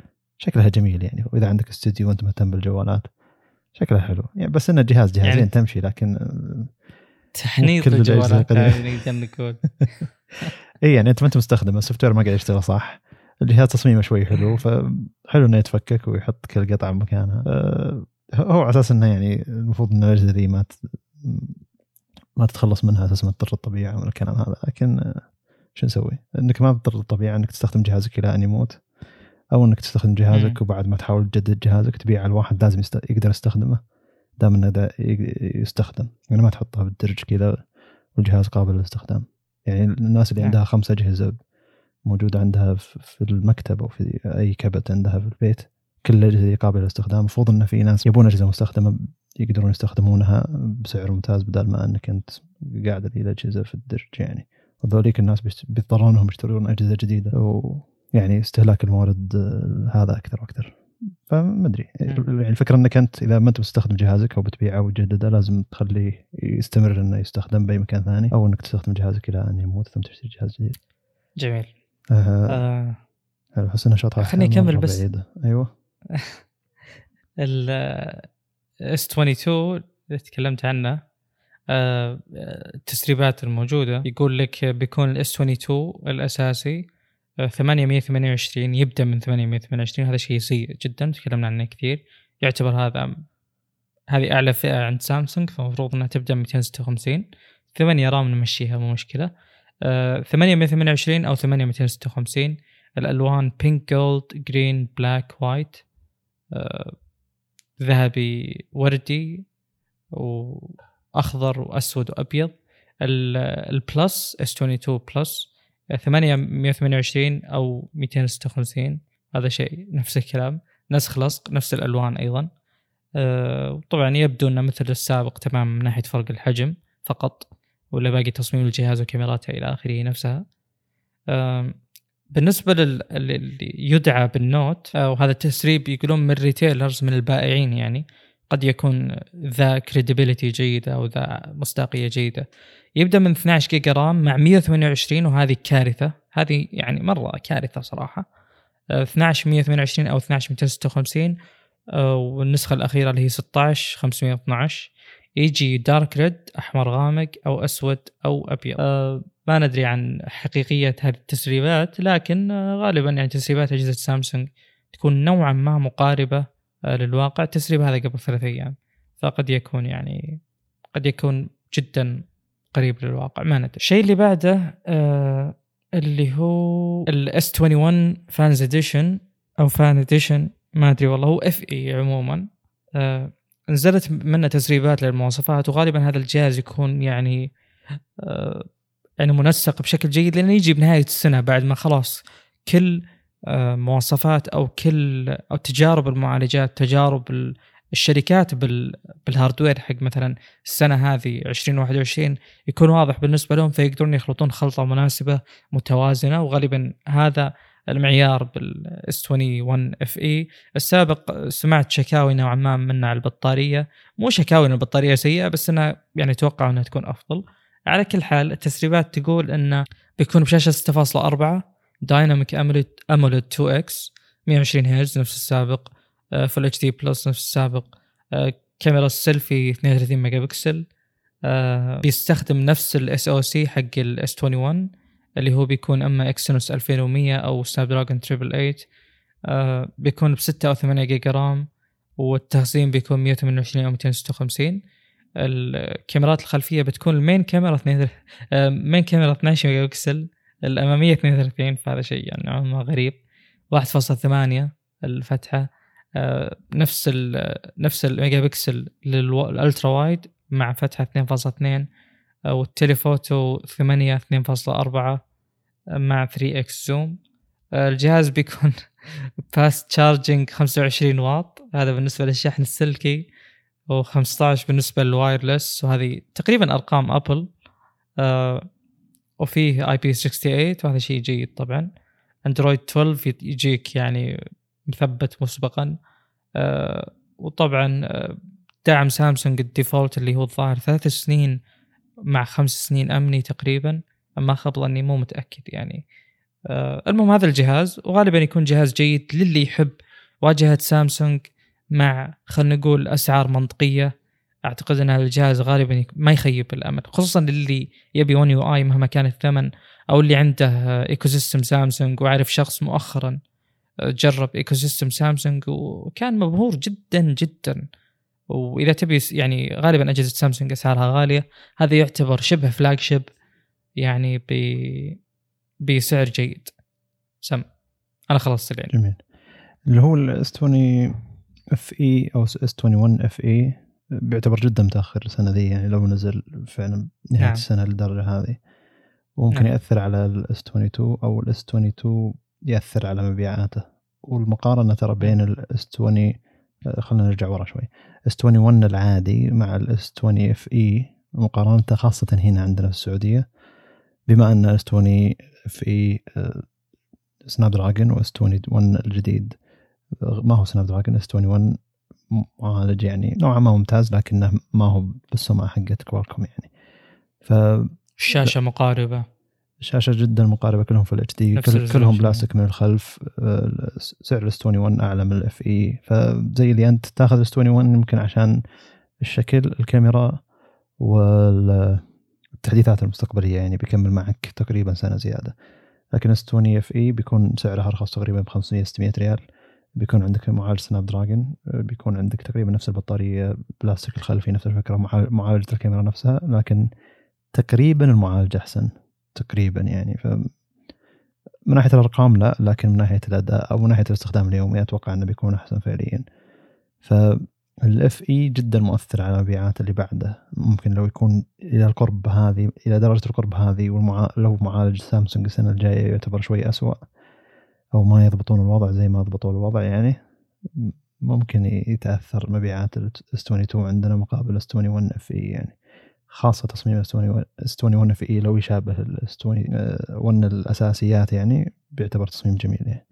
شكلها جميل يعني، وإذا عندك استوديو وأنت مهتم بالجوالات شكلها حلو يعني. بس إنه جهازين يعني تمشي، لكن تحنيط كل الجوالات هذه نقدر نقول. إيه يعني أنت ما أنت مستخدم السوفت وير ما قاعد يشتغل صح، الجهاز تصميمه شوي حلو، فحلو إنه يتفكك ويحط كل قطعة بمكانها. هو على أساس إنه يعني المفروض إن الأجهزة ذي ما تتخلص منها أساس ما تضر الطبيعة من الكلام هذا. لكن شو نسوي؟ إنك ما تضر الطبيعة إنك تستخدم جهازك إلى أن يموت، أو إنك تستخدم جهازك وبعد ما تحاول تجدد جهازك تبيع الواحد لازم يقدر يستخدمه دام إنه ده يستخدم، يعني ما تحطها بالدرج كذا والجهاز قابل للاستخدام. يعني الناس اللي عندها 5 أجهزة موجودة عندها في المكتب أو في أي كبت عندها في البيت، كل الأجهزة قابلة للاستخدام. المفروض إن في ناس يبون أجهزة مستخدمة يقدرون يستخدمونها بسعر ممتاز بدل ما أنك أنت قاعد لي الأجهزة في الدرج يعني. وذوليك الناس بيضطرون انهم يشترون أجهزة جديدة، ويعني استهلاك الموارد هذا أكثر وأكثر. فما أدري يعني الفكرة أنك أنت إذا ما أنت بتستخدم جهازك أو بتبيعه وتجدده لازم تخليه يستمر إنه يستخدم بأي مكان ثاني، أو إنك تستخدم جهازك إلى أن يموت ثم تشتري جهاز جديد. جميل. أحس إنها شاطرة. خليني أكمل بس. بعيدة. أيوة. S22 اللي تكلمت عنه، التسريبات الموجودة يقول لك بيكون ال S22 الأساسي 828 يبدأ من 828. هذا شيء سيء جدا، تكلمنا عنه كثير. يعتبر هذه أعلى فئة عند سامسونج، فمفروض أنها تبدأ من 256. 8 رام نمشيها مو مشكلة. 828 أو 8256. الألوان بينك جولد جرين بلاك وايت، ذهبي وردي وأخضر وأسود وأبيض. البلس S22 بلس 828 أو 256. هذا شيء نفس الكلام، نسخ لصق نفس الألوان أيضا. طبعا يبدو أنه مثل السابق تمام من ناحية فرق الحجم فقط، ولا باقي تصميم الجهاز وكاميراتها إلى آخره نفسها. بالنسبة اللي يدعى بالنوت، وهذا التسريب يقولون من الريتيلرز من البائعين، يعني قد يكون ذا كريديبيليتي جيدة أو ذا مصداقية جيدة. يبدأ من 12 جيجا رام مع 128، وهذه كارثة، هذه يعني مرة كارثة صراحة. 12 128 أو 12 256. والنسخة الأخيرة اللي هي 16 512 يجي دارك ريد أحمر غامق أو أسود أو أبيض. ما ندري عن حقيقية هذه التسريبات، لكن غالبا يعني تسريبات أجهزة سامسونج تكون نوعا ما مقاربة للواقع. التسريب هذا قبل 3 أيام، فقد يكون يعني قد يكون جدا قريب للواقع، ما ندري. الشيء اللي بعده اللي هو ال S21 فانز اديشن أو فان اديشن، ما أدري والله، هو FE عموما. نزلت منه تسريبات للمواصفات، وغالبا هذا الجهاز يكون يعني منسق بشكل جيد، لأنه يجي بنهاية السنة بعد ما خلاص كل مواصفات أو تجارب المعالجات، تجارب الشركات بالهاردوير حق مثلا السنة هذه 2021 يكون واضح بالنسبة لهم، فيقدرون يخلطون خلطة مناسبة متوازنة. وغالبا هذا المعيار بال S21 FE. السابق سمعت شكاوي نوعا ما منها على البطارية، مو شكاوي ان البطارية سيئة، بس أنا يعني توقع أنها تكون أفضل. على كل حال التسريبات تقول أنه بيكون بشاشة 6.4 دايناميك أموليد 2X 120 هرتز نفس السابق، فل HD بلس نفس السابق، كاميرا السيلفي 32 ميجا بكسل. بيستخدم نفس ال SoC حق ال S21 اللي هو بيكون أما إكسينوس 2100 أو سنابدراجون 888. بيكون ب6 أو 8 جيجا رام، والتخزين بيكون 128 أو 256. الكاميرات الخلفية بتكون المين كاميرا 12 ميجا بكسل، الأمامية 32، فهذا شيء يعني ما غريب. 1.8 الفتحة، نفس الميجا بكسل للألترا وايد مع فتحة 2.2، والتليفوتو 8 2.4 مع 3x زوم. الجهاز بيكون فاست تشارجينج 25 واط، هذا بالنسبة للشحن السلكي، و15 بالنسبة للوايرلس، وهذه تقريبا أرقام أبل. وفيه IP68، وهذا شيء جيد طبعا. أندرويد 12 يجيك يعني مثبت مسبقا. وطبعا دعم سامسونج الديفولت اللي هو الظاهر 3 سنين مع 5 سنين أمني تقريبا، أما خبر أني مو متأكد يعني. المهم هذا الجهاز وغالبا يكون جهاز جيد للي يحب واجهة سامسونج مع خلينا نقول أسعار منطقية، أعتقد أن الجهاز غالبا ما يخيب الأمل، خصوصا للي يبي ون يو آي مهما كان الثمن، أو اللي عنده إيكو سيستم سامسونج. وأعرف شخص مؤخرا جرب إيكو سيستم سامسونج وكان مبهور جدا جدا. وإذا تبي يعني غالبا أجهزة سامسونج أسعارها غالية، هذا يعتبر شبه فلاج شيب يعني بسعر جيد. أنا خلصت العين. جميل. اللي هو ال S20 FE أو S21 FE بيعتبر جدا متأخر السنة دي، يعني لو نزل فعلا نهاية السنة للدرجة هذه، وممكن يأثر على ال S22 أو ال S22 يأثر على مبيعاته. والمقارنة ترى بين ال S20 خلنا نرجع ورا شوي، S21 العادي مع ال S20 FE مقارنته خاصة هنا عندنا في السعودية، بما أن S20 FE سناب دراجون و S21 الجديد ما هو سناب دراجون، S21 معالج يعني نوعا ما ممتاز لكنه ما هو بالسمعة حقت كوالكوم يعني. الشاشة مقاربة، الشاشة جدا مقاربة، كلهم في الHD، كلهم بلاستيك من الخلف. سعر S21 أعلى من FE، فزي اللي أنت تأخذ S21 يمكن عشان الشكل، الكاميرا والتحديثات المستقبلية يعني بيكمل معك تقريبا سنة زيادة. لكن S20 FE بيكون سعرها أرخص تقريبا ب500-600 ريال، بيكون عندك معالج سناب دراجون، بيكون عندك تقريبا نفس البطارية، بلاستيك الخلفي نفس الفكرة، معالجة الكاميرا نفسها، لكن تقريبا المعالج أحسن تقريبا يعني. من ناحية الأرقام لا، لكن من ناحية الأداء أو من ناحية الاستخدام اليومي أتوقع أنه بيكون أحسن فعليا. فالFE جدا مؤثر على المبيعات اللي بعده، ممكن لو يكون إلى القرب هذه، إلى درجة القرب هذه، لو معالج سامسونج السنة الجاية يعتبر شوي أسوأ أو ما يضبطون الوضع زي ما ضبطوا الوضع يعني، ممكن يتأثر مبيعات S22 عندنا مقابل S21 FE يعني، خاصة تصميم S21 FE لو يشابه S21 الأساسيات يعني بيعتبر تصميم جميل يعني.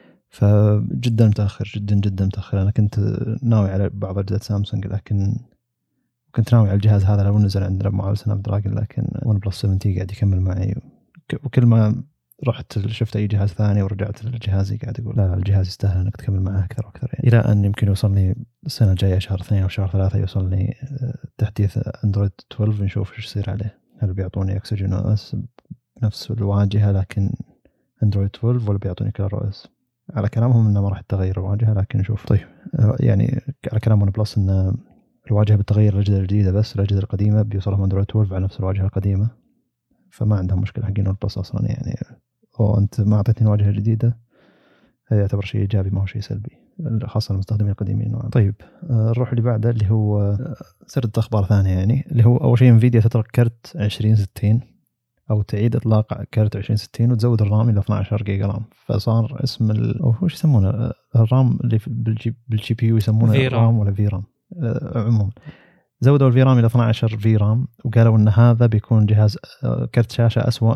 فجدا متأخر، جدا جدا متأخر. أنا كنت ناوي على بعض أجهزة سامسونج، لكن كنت ناوي على الجهاز هذا لو نزل عندنا معالج سناب دراجون، لكن ون بلس 7 قاعد يكمل معي، وكل ما رحت شفت أي جهاز ثاني ورجعت لجهازي قاعد أقول لا الجهاز يستاهل أنك تكمل معه أكثر وأكثر يعني. إلى أن يمكن يوصلني السنة الجاية شهر 2 أو شهر 3 يوصلني تحديث أندرويد 12، نشوف إيش يصير عليه، هل بيعطوني أكسجين OS بنفس الواجهة لكن أندرويد 12، ولا بيعطوني كلار OS. على كلامهم إنه ما راح تغير الواجهة، لكن نشوف. طيب يعني على كلام ون بلس إن الواجهة بتغير الأجهزة الجديدة، بس الأجهزة القديمة بيوصلهم أندرويد 12 على نفس الواجهة القديمة، فما عندهم مشكلة حقين ون بلس أصلا يعني. وأنت ما أعطيتني واجهة جديدة، هذا يعتبر شيء إيجابي ما هو شيء سلبي، خاصة المستخدمين القديمين. طيب نروح اللي بعده اللي هو سرد أخبار ثانية يعني، اللي هو أول شيء انفيديا تترك كرت 2060 أو تعيد إطلاق كرت 2060 وتزود الرام إلى 12 جيجا رام. فصار اسم أو وش يسمونه الرام اللي بالجي بي يو يسمونه رام ولا في رام عموما، زودوا الفي رام إلى 12 في رام، وقالوا إن هذا بيكون جهاز كرت شاشة أسوأ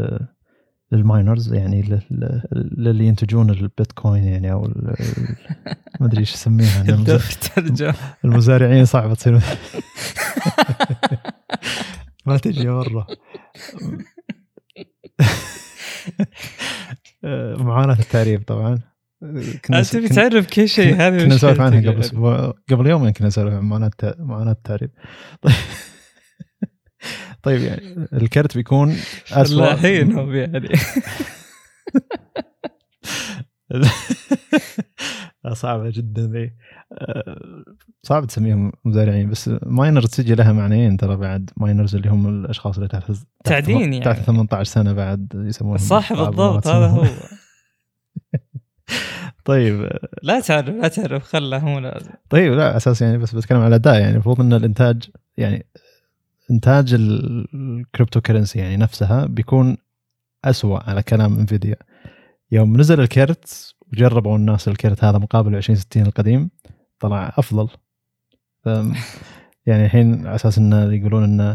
للماينرز يعني للي ينتجون البيتكوين يعني، أو ما أدري إيش أسميها المزارعين. صعبة تصير ما تجي مرة معاناة التعريب طبعا. أنت بتعرف كل شيء، هذا كنا نسولف عنها قبل يومين كنا نسولف عن معاناة التعريب. طيب يعني الكرت بيكون أسوأ. لا هي نوب يعني صعبة جدا ذي، صعب تسميهم مزارعين، بس ماينرز تجي لها معنيين ترى بعد. ماينرز اللي هم الأشخاص اللي تحت تعدين يعني تحت 18 سنة بعد يسمونهم صح بالضبط، هذا هو. طيب لا تعرف خله هو لازم. طيب لا أساس يعني، بس بتكلم على الأداء يعني. المفروض أن الإنتاج يعني إنتاج الكريبتو كرنسي يعني نفسها بيكون أسوأ على كلام انفيديا. يوم نزل الكرت وجربوا الناس الكرت هذا مقابل 2060 القديم طلع أفضل. يعني الحين أساس إنه يقولون إن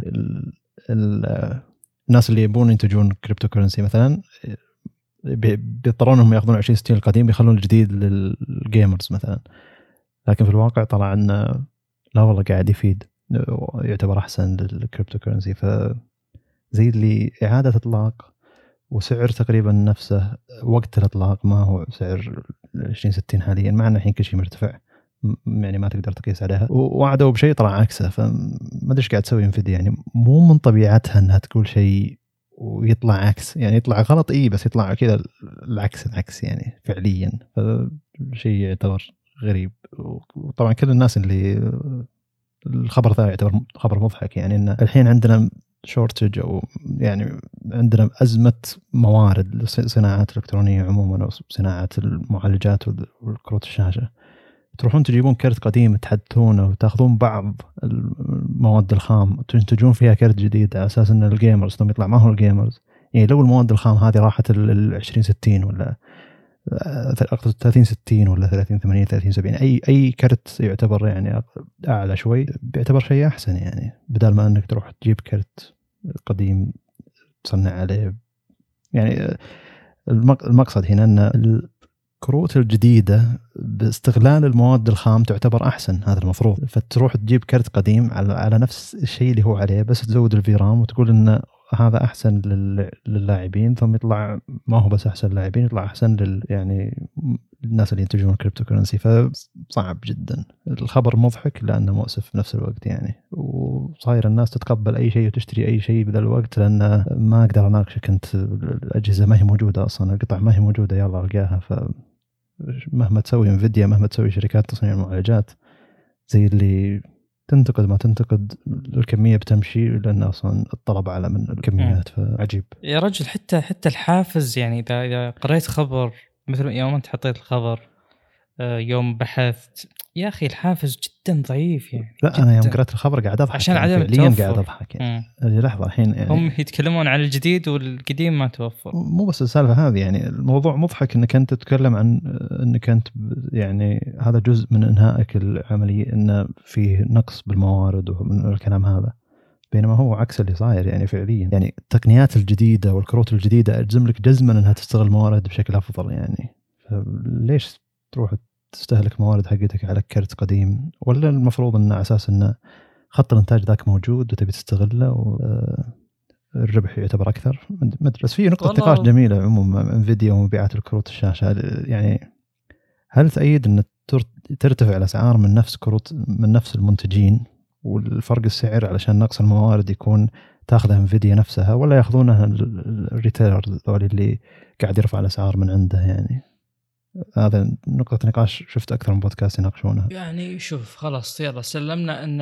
الناس اللي يبون ينتجون كريبتو كرنسي مثلا بيضطرون انهم ياخذون 2060 القديم بيخلون الجديد للجيمرز مثلا، لكن في الواقع طلع انه لا والله قاعد يفيد، يعتبر احسن للكريبتو كرنسي. فزي اللي اعاده اطلاق وسعر تقريبا نفسه وقت الإطلاق، ما هو سعر 2060 حاليا، مع أنه الحين كل شيء مرتفع يعني ما تقدر تقيس عليها. ووعدوا بشيء طلع عكسه، فما أدري إيش قاعد تسوي انفيديا. يعني مو من طبيعتها أنها تقول شيء ويطلع عكس، يعني يطلع غلط بس يطلع كذا العكس يعني فعليا، فشيء يعتبر غريب. وطبعا كل الناس اللي الخبر ذا يعتبر خبر مضحك، يعني إن الحين عندنا شورتج أو يعني عندنا أزمة موارد لصناعات الإلكترونية عموما أو صناعة المعالجات والكروت الشاشة. تروحون تجيبون كرت قديم تحدثونه وتاخذون بعض المواد الخام تنتجون فيها كرت جديد على أساس أن الجيمرز ثم يطلع ما هو الجيمرز. يعني لو المواد الخام هذه راحت 2060 ولا 3060 ولا 3080 3070 أي كرت يعتبر يعني أعلى شوي بيعتبر شيء أحسن، يعني بدل ما أنك تروح تجيب كرت قديم تصنع عليه. يعني المقصد هنا أن الكروت الجديدة باستغلال المواد الخام تعتبر أحسن، هذا المفروض. فتروح تجيب كرت قديم على نفس الشيء اللي هو عليه، بس تزود الفيرام وتقول إن هذا أحسن للاعبين، ثم يطلع ما هو بس أحسن للاعبين، يطلع أحسن يعني الناس اللي ينتجون كريبتو كرنسي. فصعب جدا. الخبر مضحك لأنه مؤسف في نفس الوقت يعني، وصاير الناس تتقبل أي شيء وتشتري أي شيء بذا الوقت، لأن ما أقدر أناقشك أنت، الأجهزة ما هي موجودة أصلا، القطع ما هي موجودة، يلا ألقاها. فمهما تسوي انفيديا، مهما تسوي شركات تصنيع المعالجات زي اللي تنتقد ما تنتقد، الكمية بتمشي لأن أصلا الطلب أعلى من الكميات. فعجيب يا رجل. حتى الحافز، يعني إذا قريت خبر مثل يوم أنت حطيت الخبر، يوم بحثت يا أخي الحافز جدا ضعيف يعني. لا جداً. أنا يوم قرأت الخبر قاعد أضحك عشان يعني عدم فعليا التوفر. قاعد أضحك يعني. لحظة الحين يعني هم يتكلمون عن الجديد والقديم ما توفر. مو بس السالفة هذه، يعني الموضوع مضحك إنك أنت تتكلم عن إنك أنت يعني هذا جزء من إنهائك العملي، إن فيه نقص بالموارد ومن الكلام هذا، بينما هو عكس اللي صاير يعني فعليا. يعني التقنيات الجديدة والكروت الجديدة أجزم لك جزما أنها تستغل موارد بشكل أفضل يعني. ليش تروح تستهلك موارد حقتك على كرت قديم؟ ولا المفروض أن على أساس أن خط الإنتاج ذاك موجود وتبي تستغله والربح يعتبر أكثر؟ بس في نقطة نقاش جميلة عموما انفيديا ومبيعات الكروت الشاشة. يعني هل تأيد أن ترتفع الأسعار من نفس المنتجين والفرق السعر علشان نقص الموارد يكون تاخذها انفيديا نفسها، ولا ياخذونها الريتيلر اللي قاعد يرفع الأسعار من عنده؟ يعني هذا نقطة نقاش شفت أكثر من بودكاست يناقشونها. يعني شوف خلاص يلا سلمنا أن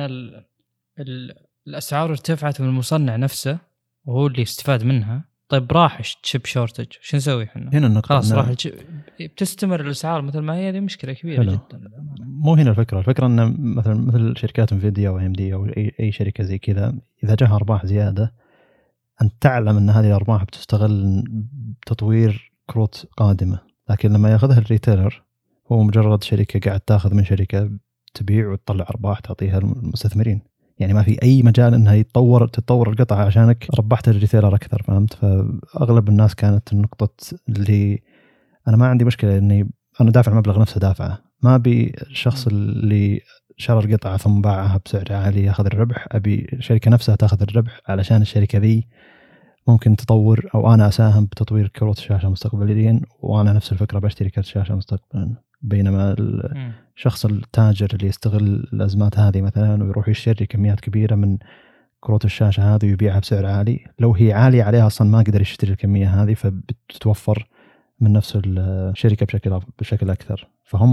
الأسعار ارتفعت من المصنع نفسه وهو اللي استفاد منها. طيب راح تشيب شورتج، شو نسوي احنا؟ هنا النقطة خلاص راح بتستمر الأسعار مثل ما هي. هذه مشكلة كبيرة جدا. مو هنا الفكرة أن مثل شركات انفيديا و AMD أو أي شركة زي كذا، إذا جاها أرباح زيادة أنت تعلم أن هذه الأرباح بتستغل بتطوير كروت قادمة. لكن لما يأخذها الريتيلر هو مجرد شركة قاعد تأخذ من شركة تبيع وتطلع أرباح تعطيها المستثمرين. يعني ما في أي مجال أنها تتطور القطعة عشانك ربحت الريتيلر أكثر، فهمت؟ فأغلب الناس كانت النقطة اللي أنا ما عندي مشكلة إني أنا دافع المبلغ نفسه دافعه، ما أبي الشخص اللي شرى القطعة ثم باعها بسعر عالي يأخذ الربح، أبي الشركة نفسها تأخذ الربح علشان الشركة ذي ممكن تطور، أو أنا أساهم بتطوير كروت الشاشة مستقبليا وأنا نفس الفكرة بشتري كرت شاشة مستقبلا. بينما الشخص التاجر اللي يستغل الأزمات هذه مثلا ويروح يشتري كميات كبيرة من كروت الشاشة هذه ويبيعها بسعر عالي، لو هي عالية عليها أصلا ما قدر يشتري الكمية هذه، فبتتوفر من نفس الشركة بشكل أكثر.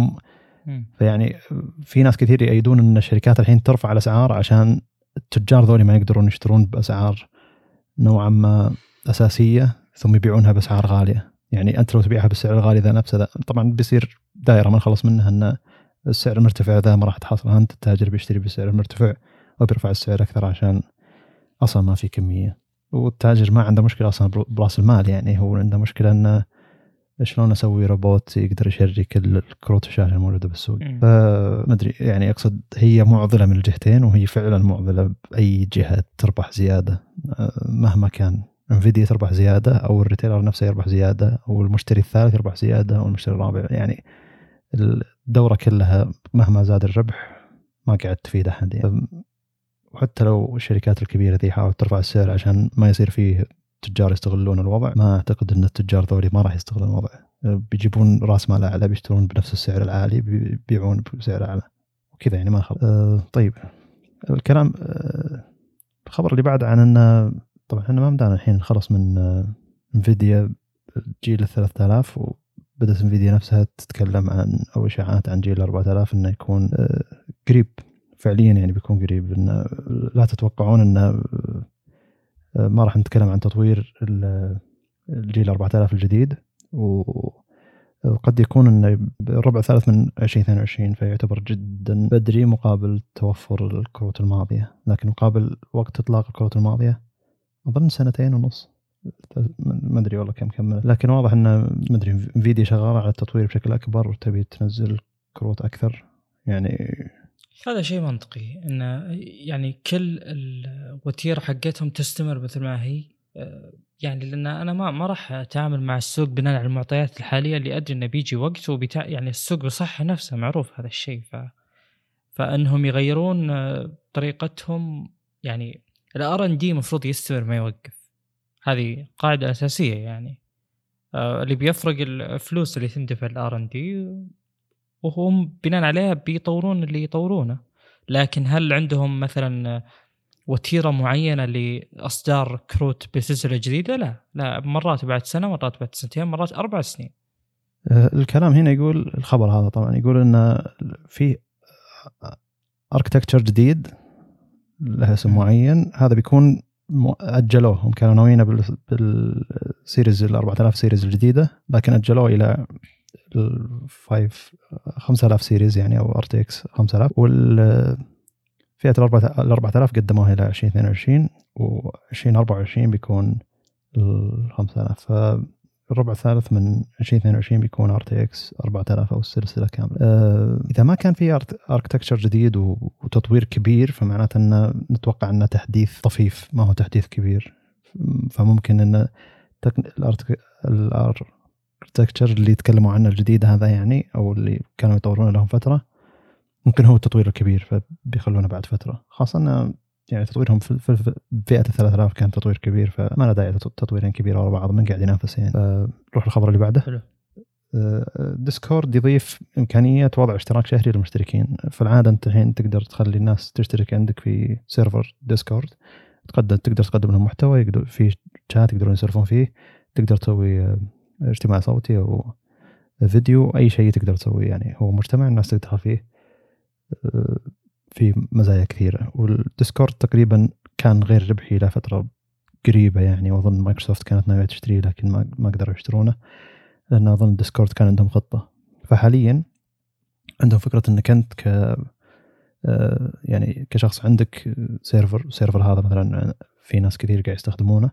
فيعني في ناس كثير يأيدون أن الشركات الحين ترفع الأسعار عشان التجار ذولي ما يقدرون يشترون بأسعار نوعا ما أساسية ثم يبيعونها بأسعار غالية. يعني أنت لو تبيعها بالسعر الغالي ذا نفسه طبعا بيصير دائرة ما نخلص منها، أن السعر المرتفع ذا ما راح تحصل. أنت التاجر بيشتري بالسعر المرتفع وبيرفع السعر أكثر عشان أصلا ما في كمية، والتاجر ما عنده مشكلة أصلا برأس المال. يعني هو عنده مشكلة أنه شلون أسوي روبوت يقدر يشرك الكروت الشاشة الموجودة بالسوق. فما أدري يعني أقصد هي معضلة من الجهتين، وهي فعلا معضلة بأي جهة تربح زيادة مهما كان. انفيديا تربح زيادة أو الريتيلر نفسه يربح زيادة أو المشتري الثالث يربح زيادة أو المشتري الرابع. يعني الدورة كلها مهما زاد الربح ما قاعد تفيد أحد يعني. وحتى لو الشركات الكبيرة دي حاولت ترفع السعر عشان ما يصير فيه التجار يستغلون الوضع. ما أعتقد أن التجار ذولي ما راح يستغلون الوضع، بيجيبون رأس مال أعلى، بيشترون بنفس السعر العالي، بيبيعون بسعر أعلى وكذا يعني ما خلص. طيب الكلام الخبر اللي بعد عن أن طبعا احنا ما بدأنا الحين خلص من انفيديا جيل 3000، وبدأت انفيديا نفسها تتكلم عن أو إشاعات عن جيل 4000 إنه يكون قريب فعليا، يعني بيكون قريب. إنه لا تتوقعون إنه ما راح نتكلم عن تطوير الجيل 4000 الجديد، وقد يكون إنه الربع الثالث من 2022، فيعتبر جدا بدري مقابل توفر الكروت الماضية. لكن مقابل وقت إطلاق الكروت الماضية أظن 2.5 سنين، ما أدري والله كم كملت، لكن واضح إنه ما أدري انفيديا شغالة على التطوير بشكل أكبر وتبي تنزل كروت أكثر. يعني هذا شيء منطقي إنه يعني كل الوتيرة حقتهم تستمر مثل ما هي، يعني لأن أنا ما راح أتعامل مع السوق بناء على المعطيات الحالية اللي أدري إنه بيجي وقت يعني السوق بصح نفسه معروف هذا الشيء. فأنهم يغيرون طريقتهم، يعني R&D مفروض يستمر ما يوقف، هذه قاعدة أساسية. يعني اللي بيفرق الفلوس اللي تندفع R&D، وهم بناء عليها بيطورون اللي يطورونه. لكن هل عندهم مثلا وتيرة معينة لإصدار كروت بسلسلة جديدة؟ لا، مرات بعد سنة، مرات بعد سنتين، مرات 4 سنين. الكلام هنا يقول الخبر هذا طبعا يقول إن في architecture جديد له اسم معين، هذا بيكون أجلوه. هم كانوا ناويين بالسيريز 4000 سيريز الجديدة، لكن أجلوه إلى 5000 سيريز يعني، أو RTX 5000. والفئة 4000 قدموها إلى 2022، و2024 بيكون 5000. فالربع الثالث من 2022 بيكون RTX 4000 أو السلسلة كاملة. إذا ما كان في architecture جديد وتطوير كبير، فمعناته أن نتوقع أنه تحديث طفيف، ما هو تحديث كبير. فممكن أن الاركتكتشر اللي يتكلموا عنه الجديد هذا يعني، او اللي كانوا يطورونه لهم فتره، ممكن هو التطوير الكبير، فبيخلونه بعد فتره. خاصه ان يعني تطويرهم في فئه 3000 كان تطوير كبير، فما له داعي تطويرين كبير ورا بعض، من قاعد ينافس يعني. نروح الخبر اللي بعده. ديسكورد يضيف امكانيه وضع اشتراك شهري للمشتركين. في العاده انت الحين تقدر تخلي الناس تشترك عندك في سيرفر ديسكورد، تقدر تقدم لهم محتوى، يقدر في شات يقدرون يصرفون فيه، تقدر تسوي اجتماع صوتي أو فيديو، أي شيء تقدر تسويه. يعني هو مجتمع الناس تدخل فيه، في مزايا كثيرة. والديسكورد تقريبا كان غير ربحي إلى فترة قريبة يعني، وأظن مايكروسوفت كانت ناوية تشتريه لكن ما قدروا يشترونه، لأن أظن ديسكورد كان عندهم خطة. فحاليا عندهم فكرة أنك أنت يعني كشخص عندك سيرفر هذا مثلا في ناس كثير قاعد يستخدمونه،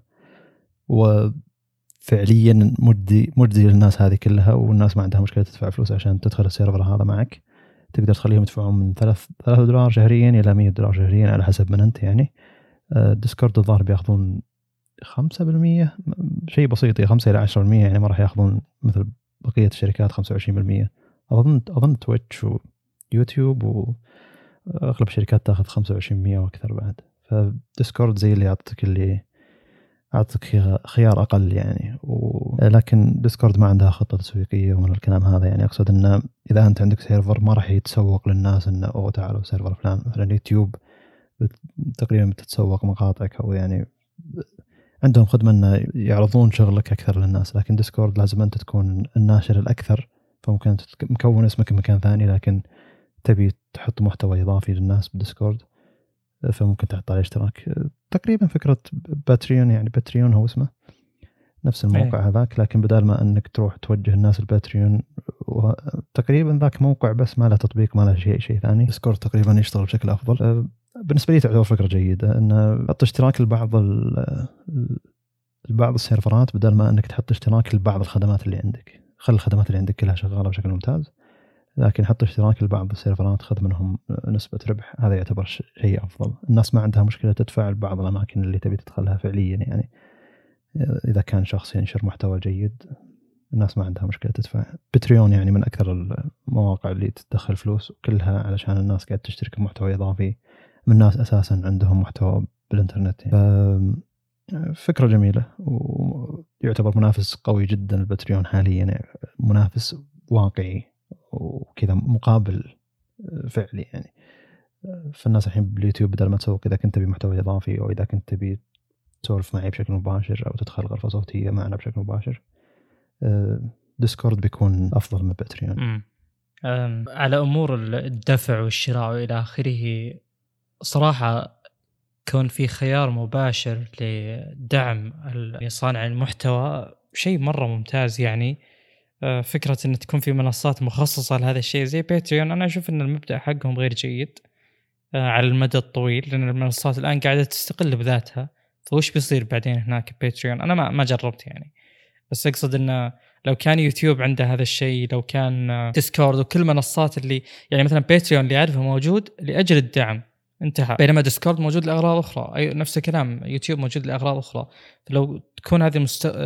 وفعليا مجدي للناس هذه كلها، والناس ما عندها مشكلة تدفع فلوس عشان تدخل السيرفر هذا معك. تقدر تخليهم يدفعون من $3 شهريا إلى $100 شهريا على حسب من أنت يعني. ديسكورد الظاهر بياخذون 5%، شيء بسيط، 5 إلى 10%، يعني ما راح ياخذون مثل بقية الشركات 25%. أظن تويتش ويوتيوب وأغلب الشركات تأخذ 25% وأكثر بعد. فديسكورد زي اللي أعطيك خيار أقل يعني. لكن ديسكورد ما عندها خطة تسويقية ومن الكلام هذا. يعني أقصد أن إذا أنت عندك سيرفر ما راح يتسوق للناس أنه تعالوا سيرفر فلان. مثلا يوتيوب تقريبا بتتسوق مقاطعك، أو يعني عندهم خدمة أن يعرضون شغلك أكثر للناس. لكن ديسكورد لازم أنت تكون الناشر الأكثر، فممكن مكون اسمك بمكان ثاني لكن تبي تحط محتوى إضافي للناس بديسكورد، فممكن تحط عليه اشتراك. تقريبا فكرة باتريون، يعني باتريون هو اسمه نفس الموقع هذاك، لكن بدل ما أنك تروح توجه الناس الباتريون، تقريبا ذاك موقع بس ما له تطبيق، ما له شيء ثاني. ديسكورد تقريبا يشتغل بشكل أفضل. بالنسبة لي تعتبر فكرة جيدة أن تحط اشتراك لبعض السيرفرات، بدل ما أنك تحط اشتراك لبعض الخدمات اللي عندك. خلي الخدمات اللي عندك كلها شغالة بشكل ممتاز، لكن حط اشتراك لبعض السيرفرات، خذ منهم نسبة ربح. هذا يعتبر شيء أفضل. الناس ما عندها مشكلة تدفع لبعض الأماكن اللي تبي تدخلها فعليا يعني. إذا كان شخص ينشر محتوى جيد، الناس ما عندها مشكلة تدفع. باتريون يعني من أكثر المواقع اللي تدخل فلوس، وكلها علشان الناس قاعد تشترك بمحتوى إضافي من ناس أساسا عندهم محتوى بالإنترنت يعني. فكرة جميلة ويعتبر منافس قوي جدا الباتريون حاليا، يعني منافس واقعي وكذا مقابل فعلي يعني. فالناس الحين باليوتيوب بدل ما تسوق إذا كنت بمحتوى إضافي أو إذا كنت بتسولف معي بشكل مباشر أو تدخل غرفة صوتية معنا بشكل مباشر، ديسكورد بيكون أفضل من باتريون. على أمور الدفع والشراء وإلى آخره، صراحة كون في خيار مباشر لدعم صانع المحتوى شيء مرة ممتاز. يعني فكرة أن تكون في منصات مخصصة لهذا الشيء زي باتريون، أنا أشوف أن المبدأ حقهم غير جيد على المدى الطويل، لأن المنصات الآن قاعدة تستقل بذاتها. فوش بيصير بعدين هناك باتريون؟ أنا ما جربت يعني، بس أقصد أنه لو كان يوتيوب عنده هذا الشيء، لو كان ديسكورد وكل منصات اللي يعني مثلا باتريون اللي أعرفه موجود لأجل الدعم انتهى، بينما ديسكورد موجود لأغراض أخرى. أي نفس الكلام يوتيوب موجود لأغراض أخرى. فلو تكون هذه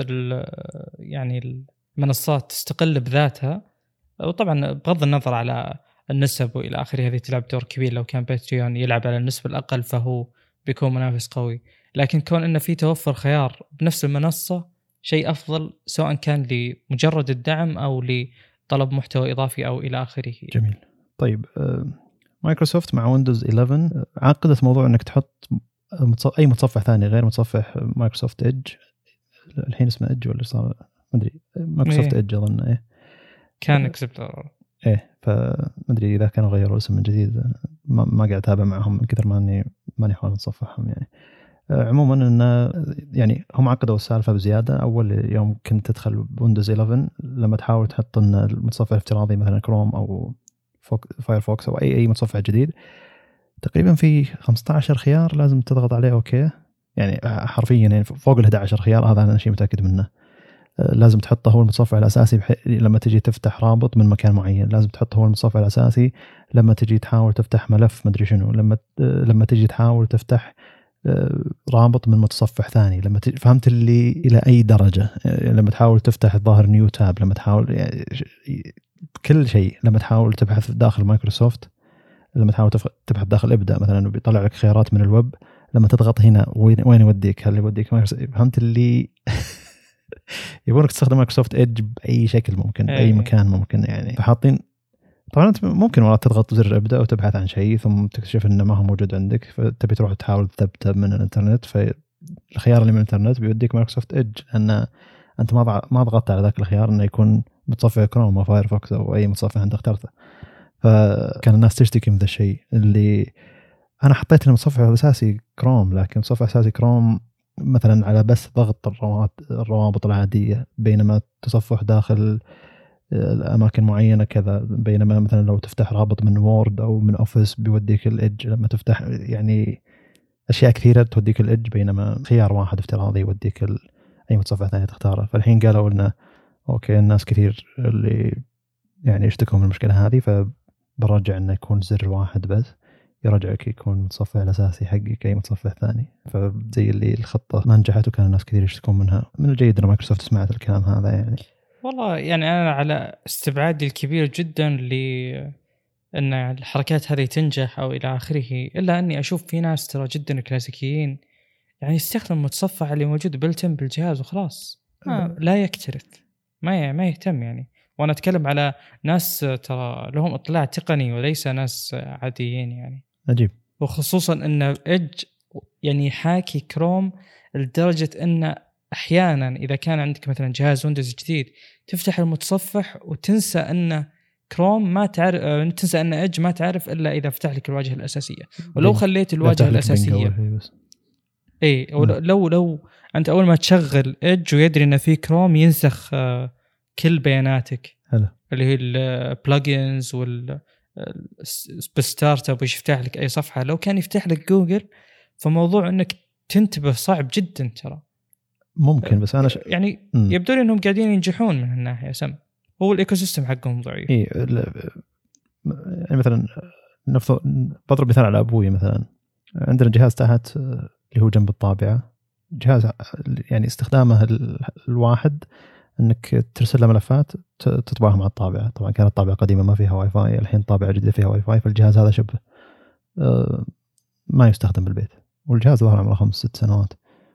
يعني المنصات تستقل بذاتها، وطبعا بغض النظر على النسب وإلى آخره هذه تلعب دور كبير. لو كان باتريون يلعب على النسبة الأقل فهو بيكون منافس قوي، لكن كون إنه في توفر خيار بنفس المنصة شيء أفضل، سواء كان لمجرد الدعم أو لطلب محتوى إضافي أو إلى آخره. جميل. طيب مايكروسوفت مع ويندوز 11 عقدت موضوع انك تحط اي متصفح ثاني غير متصفح مايكروسوفت ايدج. الحين اسمه ايدج ولا صار ما ادري، مايكروسوفت ايدج اظن. ايه كان اكسبلورر. ايه فما ادري اذا كانوا غيروا اسم من جديد، ما قاعد اتابع معهم من كثر ماني حاول اتصفحهم يعني. عموما ان يعني هم عقدوا السالفه بزياده. اول يوم كنت تدخل بويندوز 11 لما تحاول تحط ان المتصفح الافتراضي مثلا كروم او فايرفوكس او اي متصفح جديد، تقريبا في 15 خيار لازم تضغط عليه اوكي، يعني حرفيا يعني فوق ال 11 خيار. هذا انا شيء متاكد منه. لازم تحطه هو المتصفح الاساسي لما تجي تفتح رابط من مكان معين، لازم تحطه هو المتصفح الاساسي لما تجي تحاول تفتح ملف مدري شنو، لما تجي تحاول تفتح رابط من متصفح ثاني، لما فهمت اللي الى اي درجه، لما تحاول تفتح الظاهر نيو تاب، لما تحاول يعني كل شيء، لما تحاول تبحث داخل مايكروسوفت، لما تحاول تبحث داخل ابدا مثلا وبيطلع لك خيارات من الويب، لما تضغط هنا وين يوديك؟ هل يوديك مايكروسوفت؟ فهمت اللي يبونك تستخدم مايكروسوفت ايدج باي شكل ممكن، باي مكان ممكن يعني. فحاطين طبعا انت ممكن والله تضغط زر ابدا وتبحث عن شيء ثم تكتشف انه ما هو موجود عندك، فتبي تروح تحاول تثبته من الانترنت، فالخيار اللي من الانترنت بيوديك مايكروسوفت ايدج، ان انت ما ضغطت على ذاك الخيار انه يكون متصفح كروم او فايرفوكس او اي متصفح انت اخترته. فكان الناس تشتكي من ذا الشيء. اللي انا حطيت المتصفح الاساسي كروم، لكن المتصفح الاساسي كروم مثلا على بس ضغط الروابط العاديه، بينما تصفح داخل الاماكن معينه كذا. بينما مثلا لو تفتح رابط من وورد او من اوفيس بيوديك الايدج، لما تفتح يعني اشياء كثيره توديك الايدج، بينما خيار واحد افتراضي يوديك اي متصفح ثاني تختاره. فالحين قالوا لنا اوكي الناس كثير اللي يعني يشتكوا من المشكله هذه، فبرجع انه يكون زر واحد بس يرجعك يكون المتصفح الاساسي حقك اي متصفح ثاني. فزي اللي الخطه ما نجحت وكان الناس كثير يشتكون منها. من الجيد ان مايكروسوفت سمعت الكلام هذا يعني. والله يعني أنا على استبعادي الكبير جدا لأن الحركات هذه تنجح أو إلى آخره، إلا أني أشوف في ناس ترى جدا كلاسيكيين يعني يستخدم المتصفح اللي موجود بلتم بالجهاز وخلاص، لا يكترث، ما يهتم يعني. وأنا أتكلم على ناس ترى لهم إطلاع تقني وليس ناس عاديين يعني. عجيب. وخصوصا أن إيدج يعني حاكي كروم لدرجة أن أحيانا إذا كان عندك مثلا جهاز ويندوز جديد تفتح المتصفح وتنسى أن كروم ما تعرف، تنسى أن إيدج ما تعرف إلا إذا فتح لك الواجهة الأساسية. ولو خليت الواجهة الأساسية لو أنت أول ما تشغل إيدج ويدري أن في كروم ينسخ كل بياناتك اللي هي البلجنز بالستارت اب ويفتح لك أي صفحة. لو كان يفتح لك جوجل فموضوع أنك تنتبه صعب جدا ترى. ممكن بس أنا يعني يبدو لي أنهم قاعدين ينجحون من هالناحية. هو الإيكوسيستم حقهم ضعيف. يعني مثلا بضرب مثال على أبوي. مثلا عندنا جهاز تحت اللي هو جنب الطابعة، جهاز يعني استخدامه الواحد انك ترسل له ملفات تطبعها مع الطابعة. طبعا كانت الطابعة قديمة ما فيها واي فاي، الحين طابعة جديدة فيها واي فاي، فالجهاز هذا شبه ما يستخدم بالبيت. والجهاز ظهر عمره 5-6 سنوات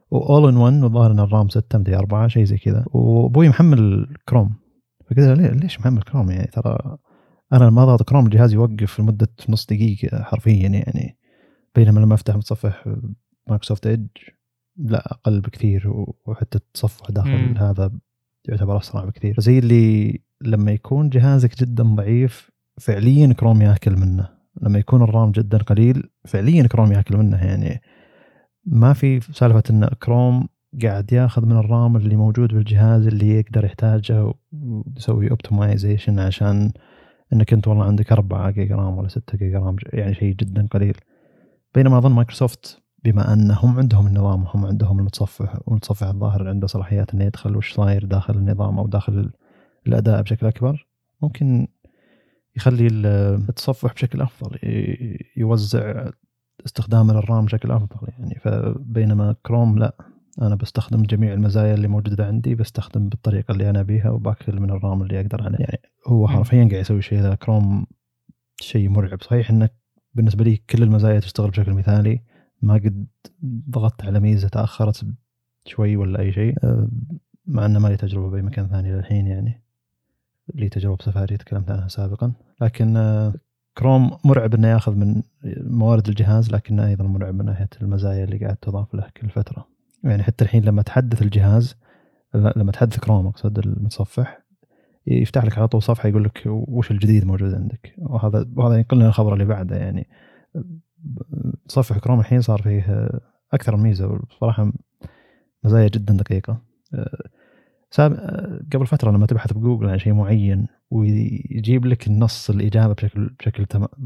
وall in one، وظاهر ان الرام 6 مدري 4 شيء زي كذا. وابوي محمل كروم، فقلت له ليش محمل كروم يعني؟ ترى انا لما اضغط كروم الجهاز يوقف لمده نص دقيقه حرفيا يعني، بينما لما افتح متصفح مايكروسوفت ايدج لا اقل بكثير، وحتى التصفح داخل هذا يعتبر اسرع بكثير. زي اللي لما يكون جهازك جدا ضعيف فعليا كروم ياكل منه، لما يكون الرام جدا قليل فعليا كروم ياكل منه. يعني ما في سالفه ان كروم قاعد ياخذ من الرام اللي موجود بالجهاز اللي يقدر يحتاجه ويسوي اوبتمايزيشن عشان انك انت والله عندك 4 جيجا رام ولا 6 جيجا رام، يعني شيء جدا قليل. بينما اظن مايكروسوفت بما انهم عندهم النظام وهم عندهم المتصفح، والمتصفح الظاهر عنده صلاحيات انه يدخل وش صاير داخل النظام او داخل الاداء بشكل اكبر، ممكن يخلي التصفح بشكل افضل، يوزع استخدام الرام بشكل افضل يعني. فبينما كروم لا، انا بستخدم جميع المزايا اللي موجوده عندي، بستخدم بالطريقه اللي انا بيها وباكل من الرام اللي اقدر عليه. يعني هو حرفيا قاعد يسوي شيء ذا كروم شيء مرعب. صحيح انك بالنسبه لي كل المزايا تشتغل بشكل مثالي، ما قد ضغطت على ميزه تاخرت شوي ولا اي شيء، مع انه ما لي تجربه باي مكان ثاني للحين. يعني لي تجربه سفاري تكلمت عنها سابقا، لكن كروم مرعب انه ياخذ من موارد الجهاز، لكنه ايضا مرعب من ناحيه المزايا اللي قاعد تضاف له كل فتره. يعني حتى الحين لما تحدث الجهاز، لما تحدث كروم اقصد المتصفح، يفتح لك على طول صفحه يقول لك وش الجديد موجود عندك، وهذا ينقلنا الخبر اللي بعده. يعني تصفح كروم الحين صار فيه اكثر من ميزه، وبصراحه مزايا جدا دقيقه. قبل فتره لما تبحث بجوجل عن شيء معين ويجيب لك النص الاجابه بشكل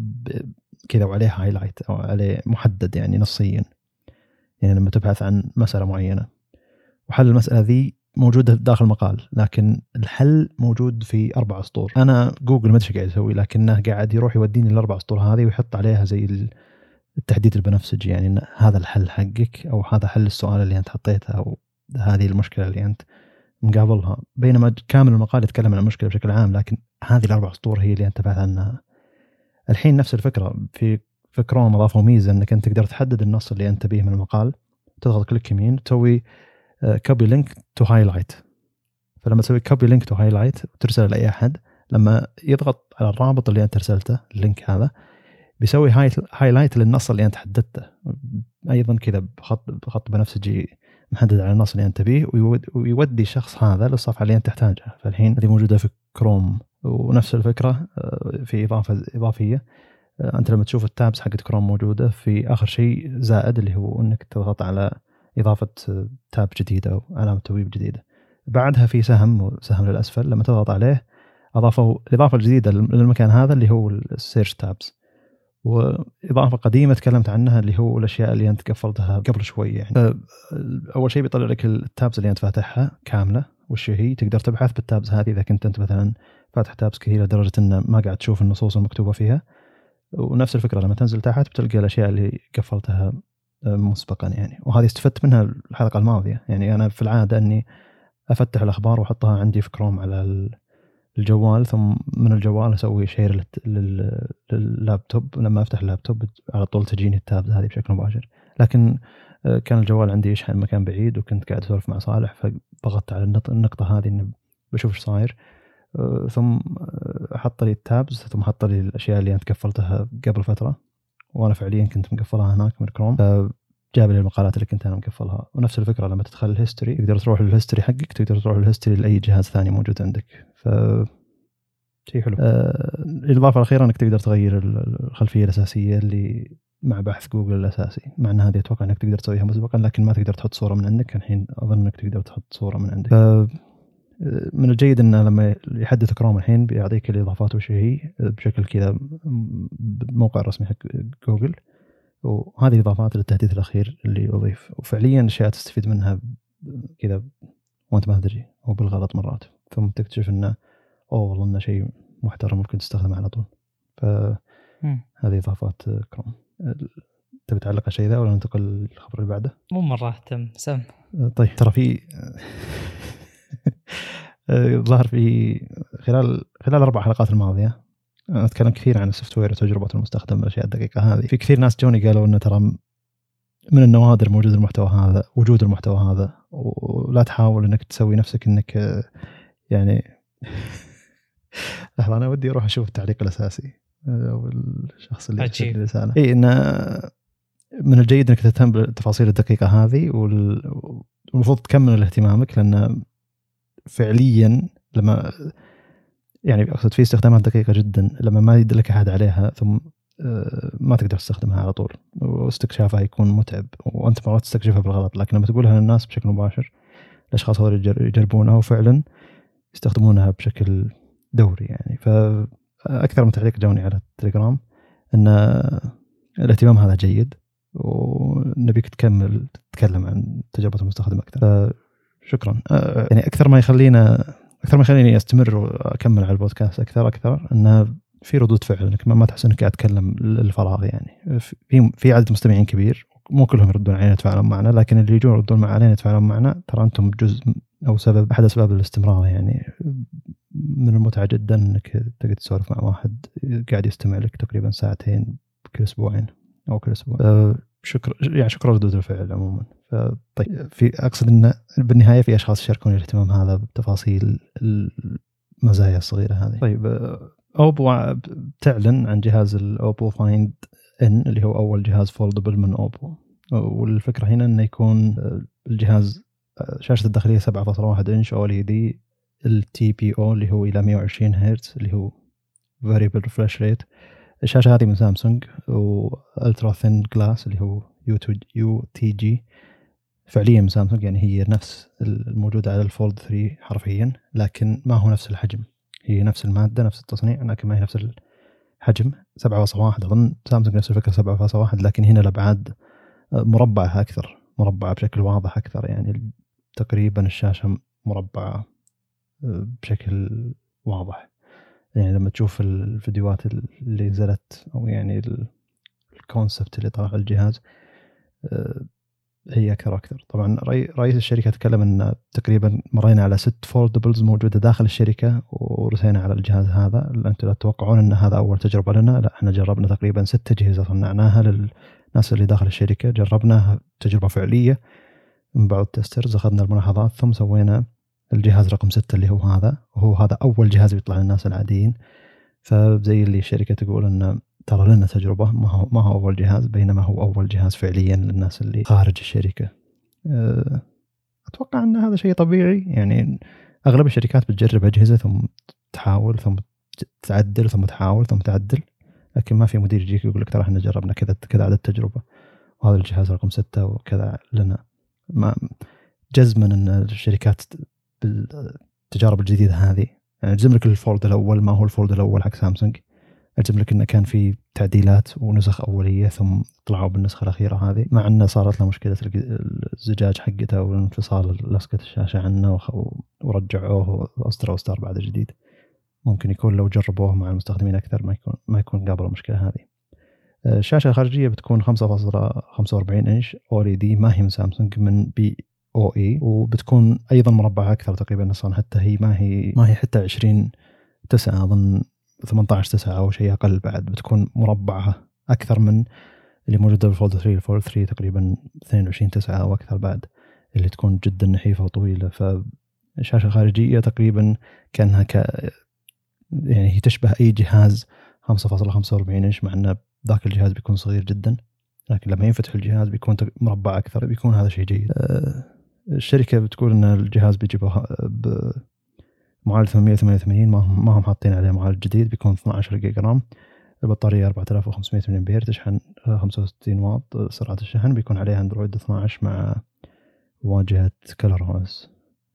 كذا وعليه هايلايت او عليه محدد يعني نصيا، يعني لما تبحث عن مساله معينه وحل المساله ذي موجوده داخل مقال، لكن الحل موجود في 4 سطور. انا جوجل ما ادري ايش قاعد يسوي، لكنه قاعد يروح يوديني ال4 سطور هذه ويحط عليها زي التحديد البنفسجي، يعني إن هذا الحل حقك او هذا حل السؤال اللي انت حطيته او هذه المشكله اللي انت مقابلها. بينما كامل المقال يتكلم عن المشكله بشكل عام، لكن هذه ال4 سطور هي اللي انت تبحث عنها. الحين نفس الفكره في كروم، اضافوا ميزه انك انت تقدر تحدد النص اللي انت بيه من المقال، تضغط كليك يمين تسوي كوبي لينك تو هايلايت. فلما تسوي كوبي لينك تو هايلايت وترسل لاي احد، لما يضغط على الرابط اللي انت ارسلته اللينك هذا بيسوي هايلايت للنص اللي انت حددته، ايضا كذا بخط بنفسجي محدد على النص اللي انت بيه، ويودي الشخص هذا للصفحه اللي انت تحتاجها. فالحين هذه موجوده في كروم، ونفس الفكره في اضافيه. انت لما تشوف التابس حقت كروم موجوده في اخر شيء زائد، اللي هو انك تضغط على اضافه تاب جديده او علامه تويب جديده. بعدها في سهم للاسفل، لما تضغط عليه اضافوا الاضافه الجديده للمكان هذا اللي هو السيرش تابس، واضافه قديمه تكلمت عنها اللي هو الاشياء اللي انت قفلتها قبل شوي. يعني اول شيء بيطلع لك التابس اللي انت فاتحها كامله وش هي، تقدر تبحث بالتابس هذه اذا كنت انت مثلا فاتح تابس كثيره لدرجه ان ما قاعد تشوف النصوص المكتوبه فيها. ونفس الفكره لما تنزل تحت بتلقى الاشياء اللي قفلتها مسبقا يعني. وهذه استفدت منها الحلقه الماضيه. يعني انا في العاده اني افتح الاخبار واحطها عندي في كروم على الجوال، ثم من الجوال اسوي شير لللابتوب، لما افتح اللابتوب على طول تجيني التابز هذه بشكل مباشر. لكن كان الجوال عندي يشحن مكان بعيد، وكنت قاعد اسولف مع صالح، فضغطت على النقطه هذه اني بشوف ايش صاير، ثم حط لي التابز، ثم حط لي الاشياء اللي انت قفلتها قبل فتره وانا فعليا كنت مقفلها هناك من كروم، جاب لي المقالات اللي كنت انا مقفلها. ونفس الفكره لما تدخل الهيستوري تقدر تروح للهيستوري حقك، تقدر تروح للهيستوري لاي جهاز ثاني موجود عندك. ف شيء حلو. الاضافه الاخيره انك تقدر تغير الخلفيه الاساسيه اللي مع بحث جوجل الاساسي، مع ان هذه اتوقع انك تقدر تسويها مسبقا، لكن ما تقدر تحط صوره من عندك. الحين اظن انك تقدر تحط صوره من عندك. من الجيد انه لما يحدث كروم الحين بيعطيك الاضافات وش هي بشكل كذا موقع رسمي حق جوجل، وهذه اضافات للتحديث الاخير اللي اضيف، وفعليا اشياء تستفيد منها كذا وانت ما تدري او بالغلط مرات، ثم تكتشف انه والله انه شيء محترم ممكن تستخدمه على طول. فهذه اضافات كروم. تبي تعلق على شيء ذا ولا ننتقل للخبر اللي بعده؟ مو مرة اهتم سم. طيب ترى في ظهر في خلال 4 حلقات الماضية أنا أتكلم كثير عن السوفت وير وتجربة المستخدم والأشياء الدقيقة هذه. في كثير ناس جوني قالوا إنه ترى من النوادر وجود المحتوى هذا، ولا تحاول انك تسوي نفسك انك يعني لحظة، انا ودي اروح اشوف التعليق الاساسي او الشخص اللي ارسل لي رساله. اي انه من الجيد انك تهتم بالتفاصيل الدقيقه هذه، والمفروض تكمل اهتمامك، لان فعليا لما يعني اقصد في استخدامات دقيقه جدا لما ما يدلك احد عليها ثم ما تقدر تستخدمها على طول، واستكشافها يكون متعب، وانت مرات تستكشفها بالغلط. لكن لما تقولها للناس بشكل مباشر، الاشخاص هذول يجربونها وفعلا يستخدمونها بشكل دوري يعني. فاكثر من تعليق جوني على التليجرام ان الاهتمام هذا جيد، ونبيك تكمل تتكلم عن تجربة المستخدم اكثر. فشكرا. يعني اكثر ما يخليني استمر واكمل على البودكاست اكثر انه في ردود فعل، انك ما تحس انك قاعد تتكلم للفراغ. يعني في عدد مستمعين كبير، مو كلهم يردون علينا يتفاعلون معنا، لكن اللي يجون يردون علينا يتفاعلون معنا ترى انتم جزء او احد اسباب الاستمرار. يعني من المتعه جدا انك تقدر تسولف مع واحد قاعد يستمع لك تقريبا ساعتين كل اسبوعين او كل اسبوع. شكرا ردود الفعل عموما. طيب، اقصد ان بالنهايه في اشخاص يشاركون الاهتمام هذا بتفاصيل المزايا الصغيره هذه. طيب، اوبو تعلن عن جهاز الاوبو فايند ان اللي هو اول جهاز فولدبل من اوبو، والفكره هنا انه يكون الجهاز شاشه الداخليه 7.1 انش OLED الTPO اللي هو الى 120 هرتز اللي هو variable refresh rate. الشاشه هذه من سامسونج، والترا ثين جلاس اللي هو UTG فعليا من سامسونج، يعني هي نفس الموجوده على الفولد 3 حرفيا، لكن ما هو نفس الحجم. هي نفس الماده نفس التصنيع، لكن ما هي نفس الحجم. 7.1 اظن سامسونج نفس الفكره 7.1، لكن هنا الابعاد مربعه اكثر، مربعه بشكل واضح اكثر. يعني تقريبا الشاشه مربعه بشكل واضح. يعني لما تشوف الفيديوهات اللي نزلت او يعني الكونسبت اللي طلع الجهاز هي أكثر. طبعا رئيس الشركة تكلم أن تقريبا مرينا على 6 فولدبلز موجودة داخل الشركة ورسينا على الجهاز هذا. أنتم لا تتوقعون أن هذا أول تجربة لنا، لا، احنا جربنا تقريبا 6 أجهزة صنعناها للناس اللي داخل الشركة، جربناها تجربة فعلية من بعض التسترز، أخذنا الملاحظات ثم سوينا الجهاز رقم 6 اللي هو هذا، وهو هذا أول جهاز بيطلع للناس العاديين. فزي اللي الشركة تقول أن ترى لنا تجربة، ما هو أول جهاز، بينما هو أول جهاز فعليا للناس اللي خارج الشركة. أتوقع أن هذا شيء طبيعي. يعني أغلب الشركات بتجرب أجهزة ثم تحاول ثم تعدل ثم تحاول ثم تعدل، لكن ما في مدير يجيك يقول لك ترى احنا جربنا كذا عدد تجربة وهذا الجهاز رقم 6 وكذا لنا. ما جزما أن الشركات بالتجارب الجديدة هذه، يعني أجزم لك الفولد الأول ما هو الفولد الأول حق سامسونج، أجزم لك إنه كان في تعديلات ونسخ أولية ثم طلعوا بالنسخة الأخيرة هذه، مع أنه صارت له مشكلة الزجاج حقته والانفصال لصقة الشاشة عنه ورجعوه وأصدروا إصدار بعد جديد. ممكن يكون لو جربوه مع المستخدمين أكثر ما يكون قابل المشكلة هذه. الشاشة الخارجية بتكون 5.45 إنش OLED، ما هي من سامسونج، من BOE، وبتكون أيضا مربعة أكثر تقريبا نصا، حتى هي ما هي حتى 20/9 أظن 18/9 أو شيء أقل بعد، بتكون مربعة أكثر من اللي موجودة بالفولد 3. الفولد 3 تقريبا 22/9 أو أكثر بعد، اللي تكون جدا نحيفة وطويلة. فالشاشة الخارجية تقريبا كأنها يعني هي تشبه أي جهاز 5.45 إنش، مع أن ذاك الجهاز بيكون صغير جدا، لكن لما ينفتح الجهاز بيكون مربع أكثر، بيكون هذا شيء جيد. الشركة بتقول أن الجهاز بيجيبه معالج 888، ما هم حاطين عليه معالج جديد، بيكون 12 جيجا رام، البطارية 4500 ملي أمبير، تشحن 65 واط سرعة الشحن، بيكون عليها اندرويد 12 مع واجهة كلر OS.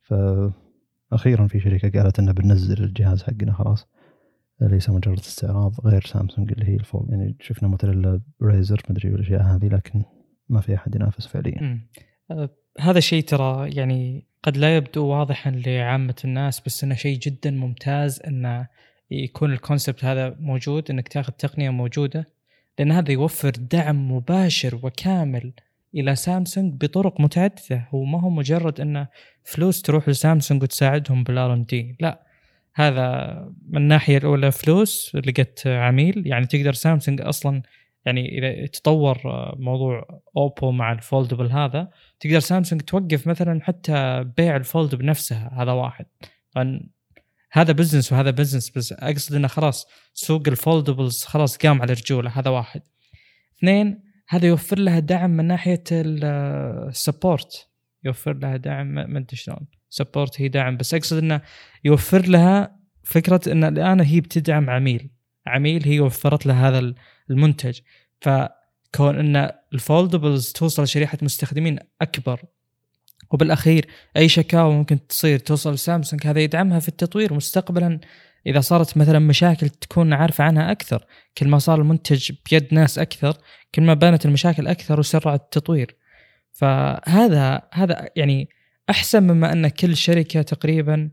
فأخيرا في شركة قالت أنها بننزل الجهاز حقنا خلاص، ليس مجرد استعراض، غير سامسونج اللي هي الفولد. يعني شفنا مثل ريزر مدري والأشياء هذه، لكن ما في أحد ينافس فعليا. هذا شيء ترى يعني قد لا يبدو واضحا لعامة الناس، بس إنه شيء جدا ممتاز إنه يكون الكونسبت هذا موجود، إنك تأخذ تقنية موجودة، لأن هذا يوفر دعم مباشر وكامل إلى سامسونج بطرق متعددة. هو ما هو مجرد إنه فلوس تروح لسامسونج وتساعدهم بالR&D، لا، هذا من الناحية الأولى فلوس لقيت عميل، يعني تقدر سامسونج أصلا يعني إذا تطور موضوع أوبو مع الفولدبل هذا، تقدر سامسونج توقف مثلا حتى بيع الفولد بنفسها. هذا واحد، هذا بزنس وهذا بزنس، بس أقصد إنه خلاص سوق الفولدبلز خلاص قام على رجوله. هذا واحد. اثنين، هذا يوفر لها دعم من ناحية السبورت، يوفر لها دعم، ما أدري شلون سبورت هي دعم، بس أقصد إنه يوفر لها فكرة إن الآن هي بتدعم عميل هي وفرت له هذا المنتج. فكون إن الفولدبلز توصل لشريحة مستخدمين أكبر، وبالأخير أي شكاوى ممكن تصير توصل لسامسونج، هذا يدعمها في التطوير مستقبلا. إذا صارت مثلا مشاكل تكون عارفة عنها أكثر. كل ما صار المنتج بيد ناس أكثر، كل ما بانت المشاكل أكثر وسرعت التطوير. فهذا يعني أحسن مما أن كل شركة تقريبا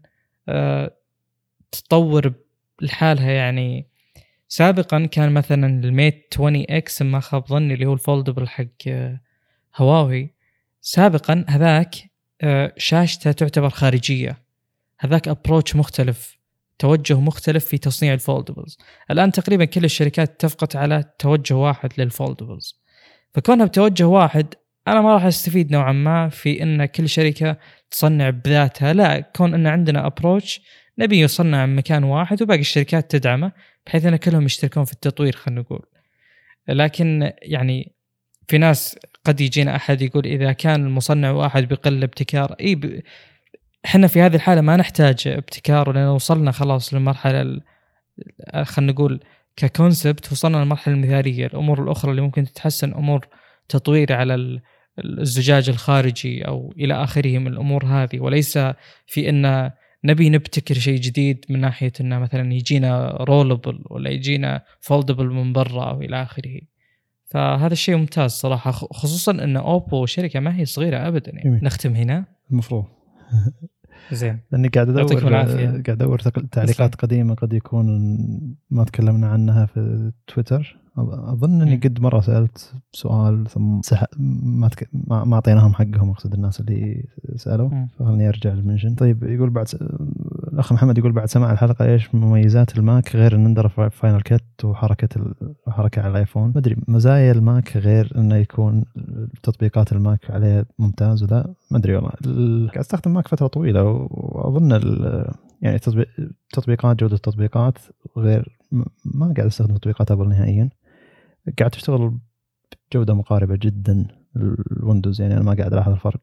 تطور لحالها. يعني سابقا كان مثلا الميت 20X ما خاب ظني اللي هو الفولدبل حق هواوي، سابقا هذاك شاشته تعتبر خارجية، هذاك أبروتش مختلف، توجه مختلف في تصنيع الفولدبلز. الآن تقريبا كل الشركات اتفقت على توجه واحد للفولدبلز، فكونها بتوجه واحد أنا ما راح أستفيد نوعا ما في إن كل شركة تصنع بذاتها. لا، كون إن عندنا أبروتش نبي يصنع مكان واحد وباقي الشركات تدعمه، بحيث أن كلهم يشتركون في التطوير خلينا نقول. لكن يعني في ناس قد يجينا أحد يقول إذا كان المصنع واحد بيقل ابتكار، إحنا في هذه الحالة ما نحتاج ابتكار، لأن وصلنا خلاص للمرحلة خلينا نقول ككونسبت، وصلنا للمرحلة المثالية. الأمور الأخرى اللي ممكن تتحسن أمور تطوير على الزجاج الخارجي أو إلى آخره من الأمور هذه، وليس في إن نبي نبتكر شيء جديد من ناحية إنه مثلا يجينا رولبل ولا يجينا فولدبل من برا أو إلى آخره. فهذا الشيء ممتاز صراحة، خصوصا إن أوبو شركة ما هي صغيرة أبدا. يعني نختم هنا المفروض زين، لأني قاعد أدور تعليقات قديمة قد يكون ما تكلمنا عنها في تويتر. أظن أني قد مرة سألت سؤال ثم ما أعطيناهم حقهم، أقصد الناس اللي سألوا، فخلني أرجع للمنشن. طيب يقول بعد الأخ محمد يقول بعد سماع الحلقة إيش مميزات الماك غير أن ندرب فاينل كات وحركة على الآيفون؟ ما أدري مزايا الماك غير أنه يكون تطبيقات الماك عليه ممتاز، وذا ما أدري والله. قاعد أستخدم ماك فترة طويلة وأظن يعني تطبيقات، جودة التطبيقات غير، ما قاعد أستخدم تطبيقات أبل نهائيا، قاعد تشتغل بجودة مقاربة جدا الويندوز. يعني أنا ما قاعد ألاحظ الفرق،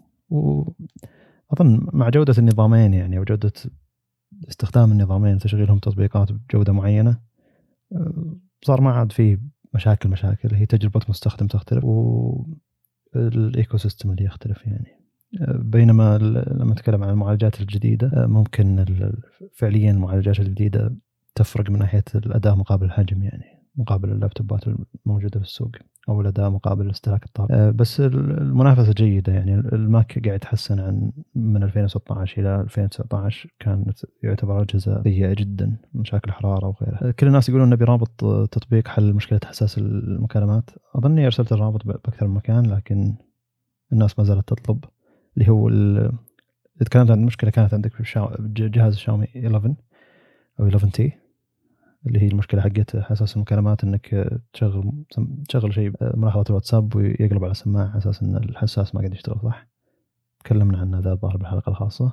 وأظن مع جودة النظامين يعني وجودة استخدام النظامين تشغيلهم تطبيقات بجودة معينة، صار ما عاد فيه مشاكل. هي تجربة مستخدم تختلف والإيكو سيستم اللي يختلف يعني. بينما لما نتكلم عن المعالجات الجديدة، ممكن فعليا المعالجات الجديدة تفرق من ناحية الأداء مقابل الحجم، يعني مقابل اللابتوبات الموجودة في السوق، أو الأداء مقابل استهلاك الطاقة. بس المنافسة جيدة يعني. الماك قاعد يتحسن عن من 2016 إلى 2019 كانت يعتبر أجهزة سيئة جدا، مشاكل حرارة وغيرها. كل الناس يقولون نبي رابط تطبيق حل مشكلة حساس المكالمات. أظني أرسلت الرابط بأكثر من مكان، لكن الناس ما زالت تطلب. اللي هو تكلمت عن المشكلة كانت عندك في جهاز شاومي 11 أو 11T، اللي هي المشكلة حقت حساس المكالمات، انك تشغل شيء ملاحظة الواتساب ويقلب على سماعة اساس ان الحساس ما قاعد يشتغل صح. تكلمنا عنه ذا الظاهر بالحلقة الخاصة،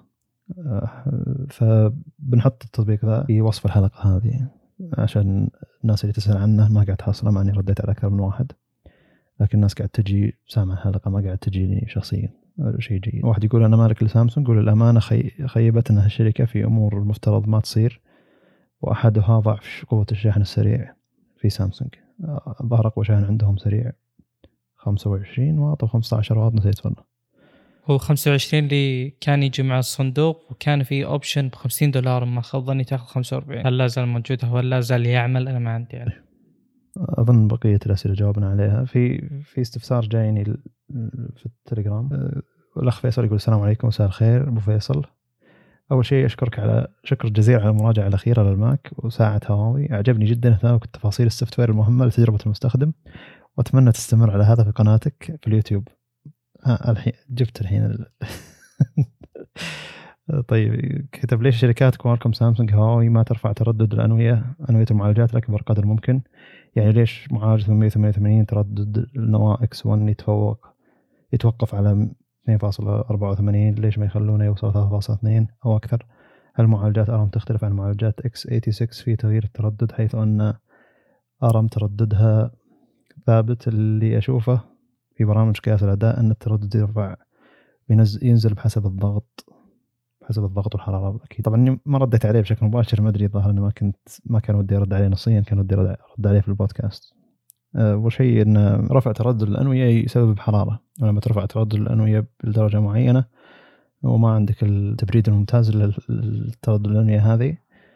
فبنحط التطبيق ذا في وصف الحلقة هذه عشان الناس اللي تسأل عنه ما قاعد تحصله، مع اني رديت على اكثر من واحد، لكن الناس قاعد تجي سامع الحلقة ما قاعد تجيني شخصيا. شيء جيد. واحد يقول انا مالك لسامسونج، يقول الامانة خيبتنا الشركة في امور المفترض ما تصير، وأحدها ضعف قوة الشحن السريع في سامسونج. ظهر أقوى شحن عندهم سريع 25 واط أو 15 واط، نسيت والله. هو 25 اللي كان يجي مع الصندوق، وكان في أوبشن $50 ما خاب ظني تأخذ 45. هل لا زال موجود؟ هو لا زال يعمل؟ أنا ما عندي يعني. أظن بقية الأسئلة جاوبنا عليها. في استفسار جايني في التليجرام. الأخ فيصل يقول السلام عليكم، مساء الخير أبو فيصل. أول شيء أشكرك على شكر جزيل على المراجعة الأخيرة للماك وساعة هواوي. أعجبني جدا اهتمامك بتفاصيل السوفت وير المهمة لتجربة المستخدم، وأتمنى تستمر على هذا في قناتك في اليوتيوب. الحين جبت طيب كتب ليش شركات كوالكوم سامسونج هواوي ما ترفع تردد أنوية المعالجات لأكبر قدر ممكن؟ يعني ليش معالج 888 تردد النواة X1 يتوقف على 2.84؟ ليش ما يخلونه يوصل 3.2 أو أكثر؟ هل معالجات ARM تختلف عن معالجات x86 في تغيير التردد، حيث أن ARM ترددها ثابت؟ اللي أشوفه في برامج قياس الأداء أن التردد يرفع ينزل بحسب الضغط والحرارة. أكيد طبعا ما رديت عليه بشكل مباشر، ما أدري ظاهر أنه ما كان ودي أرد عليه نصيا، كان ودي أرد عليه في البودكاست. وشيء أن رفع تردد الأنوية يسبب حرارة، ولما ترفع تردد الأنوية بدرجة معينة وما عندك التبريد الممتاز للتردد الأنوية هذه،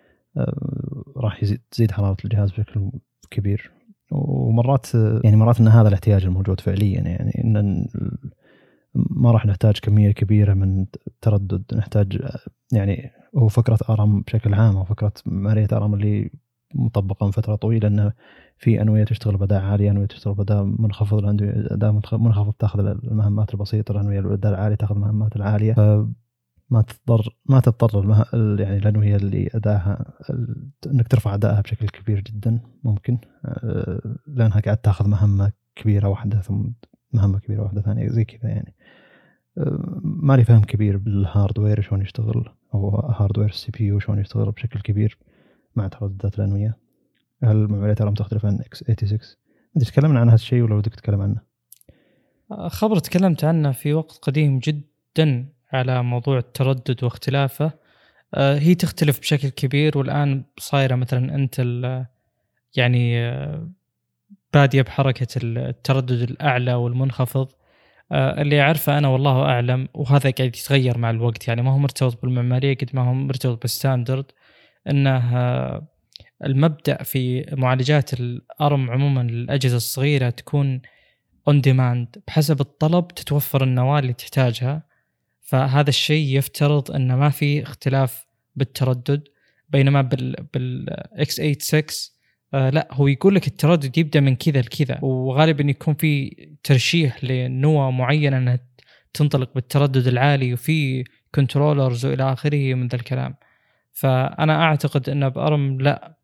راح تزيد حرارة الجهاز بشكل كبير. ومرات أن هذا الاحتياج الموجود فعليا، يعني أن ما راح نحتاج كمية كبيرة من التردد، نحتاج يعني هو فكرة ARM بشكل عام، وفكرة عملية ARM اللي مطبقة من فترة طويلة، أنه في أنوية تشتغل بأداء عالي، أنوية تشتغل بأداء منخفض، الأداء منخفض تأخذ المهمات البسيطة، الأنوية الأداء العالي تأخذ المهمات العالية. ما تضطر يعني الأنوية اللي أداها أنك ترفع أداءها بشكل كبير جدا ممكن، لأنها قاعد تأخذ مهمة كبيرة واحدة ثم مهمة كبيرة واحدة ثانية زي كذا. يعني ما لي فهم كبير بالهاردوير شلون يشتغل، أو هاردوير السي بي يو شلون يشتغل بشكل كبير مع ترددات الأنوية. هل معالجات ARM تختلف عن x86؟ أنت تكلمنا عن هذا الشيء ولا بدك تتكلم عنه؟ خبر تكلمت عنه في وقت قديم جدا على موضوع التردد واختلافه. هي تختلف بشكل كبير، والآن صايرة مثلا انتل يعني بادية بحركة التردد الأعلى والمنخفض. اللي أعرفه أنا والله أعلم، وهذا قاعد يتغير مع الوقت، يعني ما هو مرتبط بالمعمارية قد ما هو مرتبط بالستاندرد. أنه المبدأ في معالجات الأرم عموما الأجهزة الصغيرة تكون on demand، بحسب الطلب تتوفر النواة اللي تحتاجها. فهذا الشيء يفترض أن ما في اختلاف بالتردد، بينما بال x86 لا، هو يقول لك التردد يبدأ من كذا لكذا، وغالبا يكون في ترشيح لنوع معينة أنها تنطلق بالتردد العالي، وفي كنترولرز وإلى آخره من ذا الكلام. فأنا أعتقد أن بأرم لا،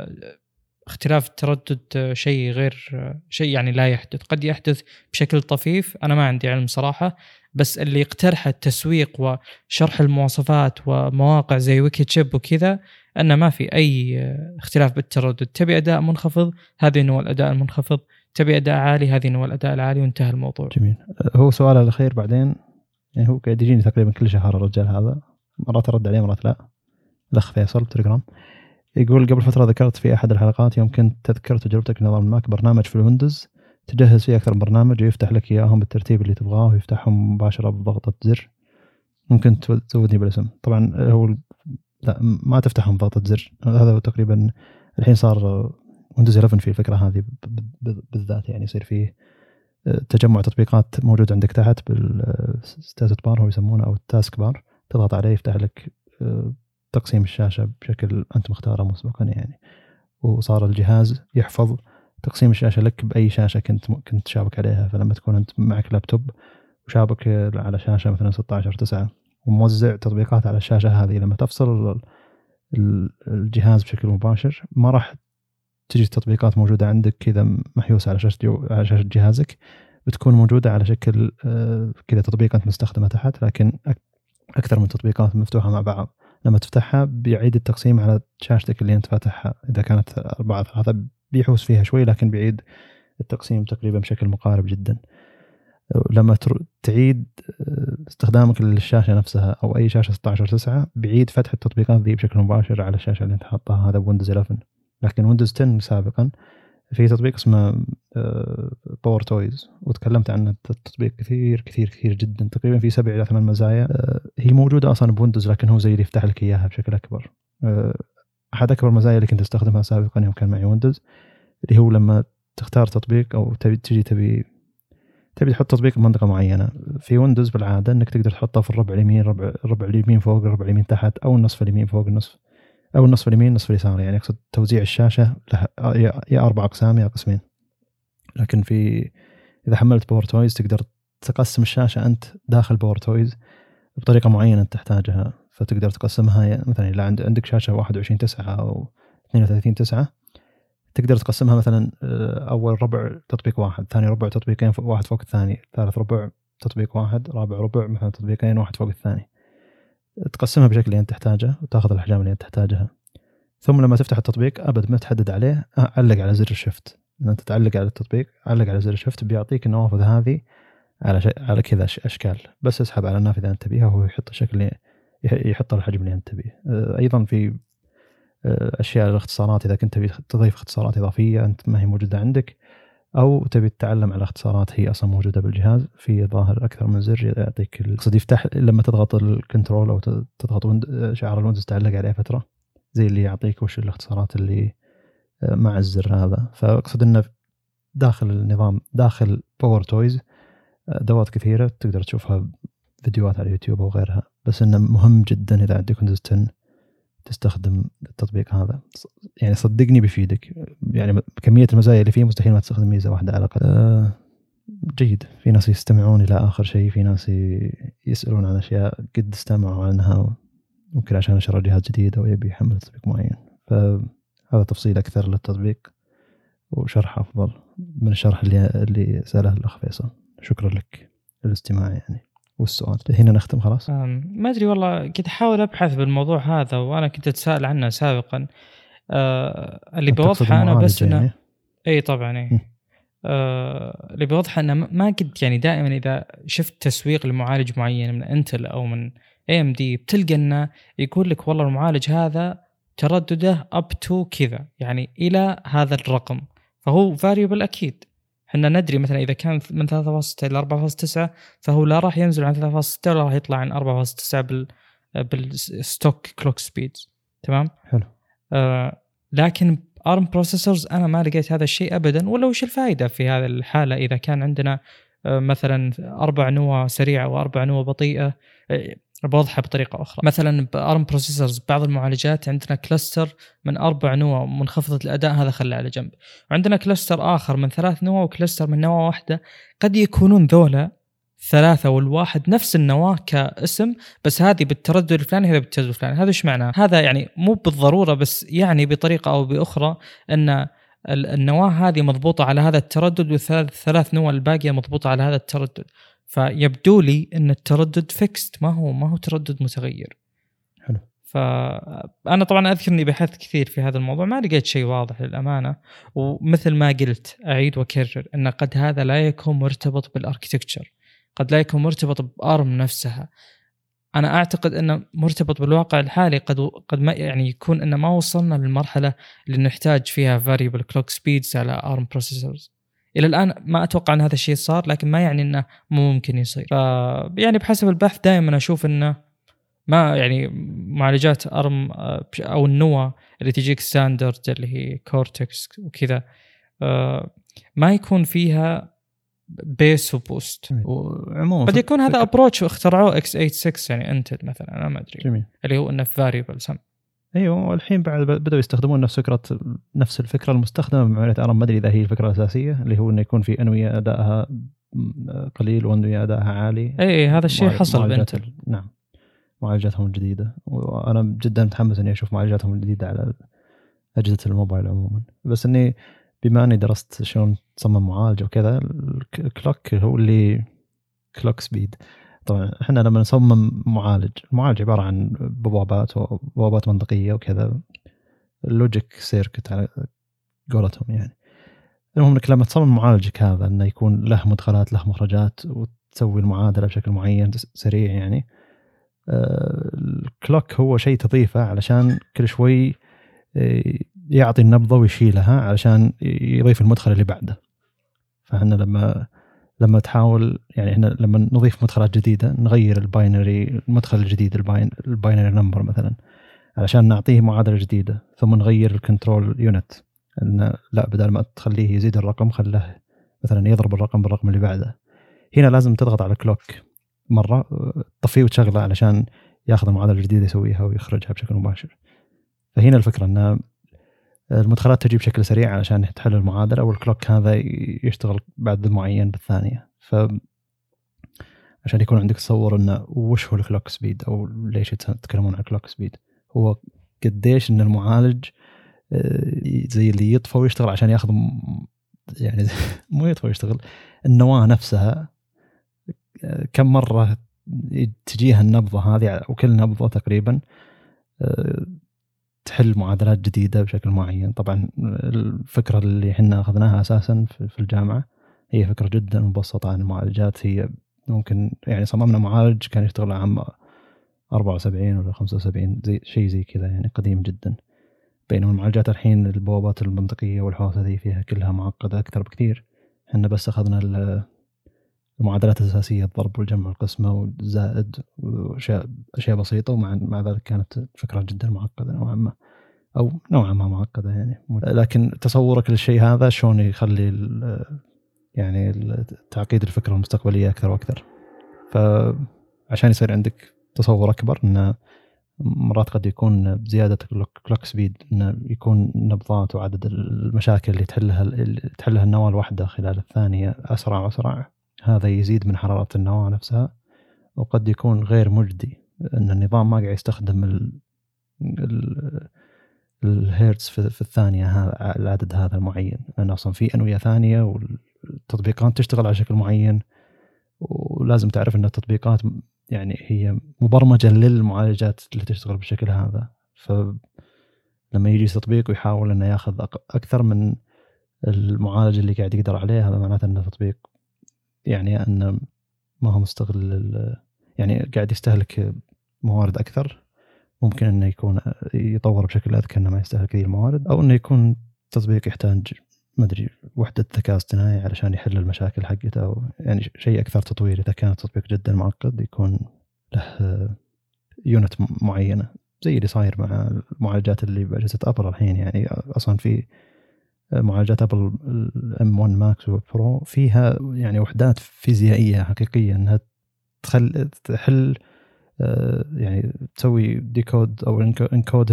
اختلاف التردد شيء غير شيء، يعني لا يحدث، قد يحدث بشكل طفيف، أنا ما عندي علم صراحة. بس اللي اقترح التسويق وشرح المواصفات ومواقع زي ويكي تشيب وكذا أن ما في أي اختلاف بالتردد. تبي أداء منخفض، هذه نوع الأداء المنخفض، تبي أداء عالي، هذه نوع الأداء العالي، وانتهى الموضوع. جميل. هو سؤال الأخير بعدين، يعني هو قاعد يجيني تقريبا كل شهر الرجال هذا، مرات أرد عليه مرات لا. الأخ فيصل بتليجرام يقول قبل فترة ذكرت في أحد الحلقات يوم كنت تذكر تجربتك نظام الماك برنامج في الويندوز تجهز فيه أكثر من برنامج ويفتح لك إياهم بالترتيب اللي تبغاه ويفتحهم مباشرة بضغطة زر. ممكن تزودني بالاسم؟ طبعا هو لا، ما تفتحهم بضغطة زر. هذا هو تقريبا الحين صار ويندوز 11 في الفكرة هذه بالذات، يعني يصير فيه تجمع تطبيقات موجود عندك تحت بالستاتس بار هو يسمونه، أو التاسك بار، تضغط عليه يفتح لك تقسيم الشاشة بشكل أنت مختاره مسبقا يعني. وصار الجهاز يحفظ تقسيم الشاشة لك بأي شاشة كنت شابك عليها. فلما تكون أنت معك لابتوب وشابك على شاشة مثلا 16:9 وموزع تطبيقات على الشاشة هذه، لما تفصل الجهاز بشكل مباشر ما راح تجي التطبيقات موجودة عندك كذا محيوسة على شاشة جهازك، بتكون موجودة على شكل كذا تطبيق أنت مستخدمه تحت، لكن أكثر من تطبيقات مفتوحة مع بعض. لما تفتحها بيعيد التقسيم على شاشتك اللي أنت فاتحها، إذا كانت 4:3 بيحوس فيها شوي، لكن بيعيد التقسيم تقريبا بشكل مقارب جدا. لما تعيد استخدامك للشاشة نفسها أو أي شاشة 16:9 بيعيد فتح التطبيقات ذي بشكل مباشر على الشاشة اللي أنت حاطها. هذا بويندوز 11. لكن ويندوز 10 سابقا في تطبيق اسمه باور تويز، وتكلمت عنه. التطبيق كثير كثير كثير جدا، تقريبا في 7 إلى 8 مزايا هي موجودة أصلا بويندوز، لكن هو زي اللي يفتح لك إياها بشكل أكبر. أحد أكبر مزايا اللي كنت استخدمها سابقا يوم كان معي ويندوز، اللي هو لما تختار تطبيق أو تبي تحط تطبيق بمنطقة معينة في ويندوز، بالعادة أنك تقدر تحطه في الربع اليمين، الربع اليمين فوق، الربع اليمين تحت، أو النصف اليمين فوق النصف، أو النصف اليمين النصف اليسار. يعني أقصد توزيع الشاشة يا 4 أقسام يا قسمين. لكن إذا حملت باور تويز تقدر تقسم الشاشة أنت داخل باور تويز بطريقة معينة أنت تحتاجها. فتقدر تقسمها مثلا إذا عندك شاشة 21/9 أو 32/9 تقدر تقسمها مثلا أول ربع تطبيق واحد، ثاني ربع تطبيقين واحد فوق الثاني، ثالث ربع تطبيق واحد، رابع ربع مثلا تطبيقين واحد فوق الثاني. تقسمها بشكل اللي أنت تحتاجه وتأخذ الأحجام اللي أنت تحتاجها. ثم لما تفتح التطبيق أبد ما تحدد عليه، علق على زر الشفت. لما أنت تعلق على التطبيق علق على زر الشفت بيعطيك النوافذ هذه على كذا أشكال، بس اسحب على النافذة أنت تبيها وهو يحط الشكل، يحط الحجم اللي أنت تبيه. أيضا في أشياء الاختصارات، إذا كنت تبي تضيف اختصارات إضافية أنت ما هي موجودة عندك، أو تبي تتعلم على اختصارات هي أصلا موجودة بالجهاز، في ظاهر أكثر من زر يعطيك القصد يفتح لما تضغط الكنترول أو تضغط شعار الويندوز تعلق عليه فترة، زي اللي يعطيك وش الاختصارات اللي مع الزر هذا. فأقصد أنه داخل النظام، داخل باور تويز أدوات كثيرة تقدر تشوفها فيديوهات على يوتيوب أو غيرها، بس إنه مهم جدا إذا عندك ويندوز 10 تستخدم التطبيق هذا. يعني صدقني بيفيدك، يعني كمية المزايا اللي فيه مستحيل ما تستخدم ميزة واحدة على الأقل. جيد. في ناس يستمعون إلى آخر شيء، في ناس يسألون عن أشياء قد استمعوا عنها ممكن عشان شرى جهاز جديد أو يبي يحمل تطبيق معين. فهذا تفصيل أكثر للتطبيق وشرح أفضل من الشرح اللي سأله الأخ فيصل. شكرا لك للاستماع يعني والسؤال. هنا نختم خلاص. ما أدري والله، كنت أحاول أبحث بالموضوع هذا وأنا كنت أتساءل عنه سابقا. اللي بوضحه أنا بس إنه يعني. أي طبعا أي. اللي بوضحه أنه ما قد يعني دائما إذا شفت تسويق لمعالج معين من انتل أو من AMD بتلقى أنه يقول لك والله المعالج هذا تردده up to كذا، يعني إلى هذا الرقم، فهو variable أكيد. حنا ندري مثلا إذا كان من 3.6 إلى 4.9 فهو لا راح ينزل عن 3.6 ولا راح يطلع عن 4.9 بالستوك كلوك سبيدز. تمام. حلو. لكن ARM processors أنا ما لقيت هذا الشيء أبدا. ولا وش الفائدة في هذه الحالة إذا كان عندنا مثلا 4 نواة سريعة و4 نواة بطيئة؟ بوضحها بطريقة أخرى. مثلا بARM processors بعض المعالجات عندنا كلاستر من 4 نواة منخفضة الأداء، هذا خلى على جنب. وعندنا كلاستر آخر من 3 نواة وكلاستر من نواة واحدة. قد يكونون ذولا 3 والواحد نفس النواة كاسم، بس هذه بالتردد الفلاني هذا بالتردد الفلاني. هذا إيش معناه؟ هذا يعني مو بالضرورة، بس يعني بطريقة أو بأخرى أن النواة هذه مضبوطة على هذا التردد والثلاث نواة الباقية مضبوطة على هذا التردد. فيبدو لي أن التردد فيكست، ما هو تردد متغير. حلو. فأنا طبعا أذكر أني بحثت كثير في هذا الموضوع، ما لقيت شيء واضح للأمانة. ومثل ما قلت أعيد وأكرر أن قد هذا لا يكون مرتبط بالأركتكتشر، قد لا يكون مرتبط بأرم نفسها. أنا أعتقد أنه مرتبط بالواقع الحالي. قد ما يعني يكون أن ما وصلنا للمرحلة اللي نحتاج فيها variable clock speeds على ARM processors. إلى الآن ما أتوقع أن هذا الشيء صار، لكن ما يعني أنه ممكن يصير. يعني بحسب البحث دائما أشوف أنه ما يعني معالجات ARM أو النوى اللي تجيك ستاندرد اللي هي كورتكس وكذا ما يكون فيها بيس وبوست. وعموما قد يكون هذا أبروتش اخترعوه x86 يعني انتل مثلا، أنا ما أدري. جميل. اللي هو إنه variable سم. أيوة. والحين بعد بدأوا يستخدمون نفس الفكرة المستخدمة بمعالجة ARM. ما أدري إذا هي الفكرة الأساسية، اللي هو إنه يكون في أنوية أدائها قليل وأنوية أدائها عالي. أي هذا الشيء حصل بإنتل. نعم. معالجاتهم الجديدة، وأنا جدا متحمس إني أشوف معالجاتهم الجديدة على أجهزة الموبايل عموما. بس إني بما أني درست شلون تصمم معالج وكذا، الكلوك هو اللي كلوك سبيد. طبعا إحنا لما نصمم المعالج عبارة عن بوابات منطقية وكذا، اللوجيك سيركت على قولتهم يعني. المهم إنك لما تصمم معالجك هذا إنه يكون له مدخلات له مخرجات وتسوي المعادلة بشكل معين سريع يعني. الكلوك هو شيء تضيفه علشان كل شوي يعطي النبضة ويشيلها علشان يضيف المدخل اللي بعده. فإحنا لما تحاول يعني إحنا لما نضيف مدخلات جديدة نغير الباينري، المدخل الجديد الباينري نمبر مثلا علشان نعطيه معادلة جديدة، ثم نغير الكنترول يونت إن لا بدل ما تخليه يزيد الرقم خلاه مثلا يضرب الرقم بالرقم اللي بعده. هنا لازم تضغط على كلوك مرة تطفيه وتشغله علشان ياخذ المعادلة الجديدة يسويها ويخرجها بشكل مباشر. فهنا الفكرة أن المدخلات تجي بشكل سريع علشان تحل المعادلة، أو الكلوك هذا يشتغل بعد معين بالثانية. فهذا عشان يكون عندك تصور انه وش هو الكلوك سبيد او ليش يتكلمون عن الكلوك سبيد. هو قديش ان المعالج زي اللي يطفى ويشتغل عشان ياخذ يعني مو يطفى ويشتغل، النواة نفسها كم مرة تجيها النبضة هذه، وكل نبضة تقريبا تحل معادلات جديدة بشكل معين. طبعا الفكرة اللي احنا أخذناها أساسا في الجامعة هي فكرة جدا مبسطة عن المعالجات. هي ممكن يعني صممنا معالج كان يشتغل عام 74 ولا 75 شيء زي كذا، يعني قديم جدا. بينما المعالجات الحين البوابات المنطقية والحوسة ذي فيها كلها معقدة أكثر بكثير. احنا بس أخذنا المعادلات الأساسية، الضرب والجمع والقسمة والزائد وأشياء بسيطة، ومع ذلك كانت فكرة جدا معقدة نوعا ما معقدة يعني. لكن تصورك للشيء هذا شلون يخلي يعني تعقيد الفكرة المستقبلية أكثر وأكثر. فعشان يصير عندك تصور أكبر إنه مرات قد يكون بزيادة الكلوك سبيد إنه يكون نبضات وعدد المشاكل اللي تحلها النواة الواحدة خلال الثانية أسرع وأسرع، هذا يزيد من حرارة النواة نفسها. وقد يكون غير مجدي أن النظام ما قاعد يستخدم الهيرتز في الثانية هذا العدد هذا المعين، لأن أصلا في أنوية ثانية والتطبيقات تشتغل على شكل معين. ولازم تعرف أن التطبيقات يعني هي مبرمجة للمعالجات اللي تشتغل بالشكل هذا. فلما يجي تطبيق ويحاول أنه يأخذ أكثر من المعالج اللي قاعد يقدر عليه، هذا معناته أن التطبيق يعني أنه ما هو مستغل، يعني قاعد يستهلك موارد أكثر. ممكن أنه يكون يطور بشكل أذكى أنه ما يستهلك هذه الموارد، أو أنه يكون تطبيق يحتاج ما أدري وحدة ذكاء اصطناعي علشان يحل المشاكل حقته، أو يعني شيء أكثر تطوير. إذا كان التطبيق جدا معقد يكون له يونت معينة، زي اللي صاير مع المعالجات اللي بأجهزة أبل الحين. يعني أصلا في معالجات أبل M1 ماكس وبرو فيها يعني وحدات فيزيائية حقيقية أنها تحل يعني تسوي ديكود أو انكود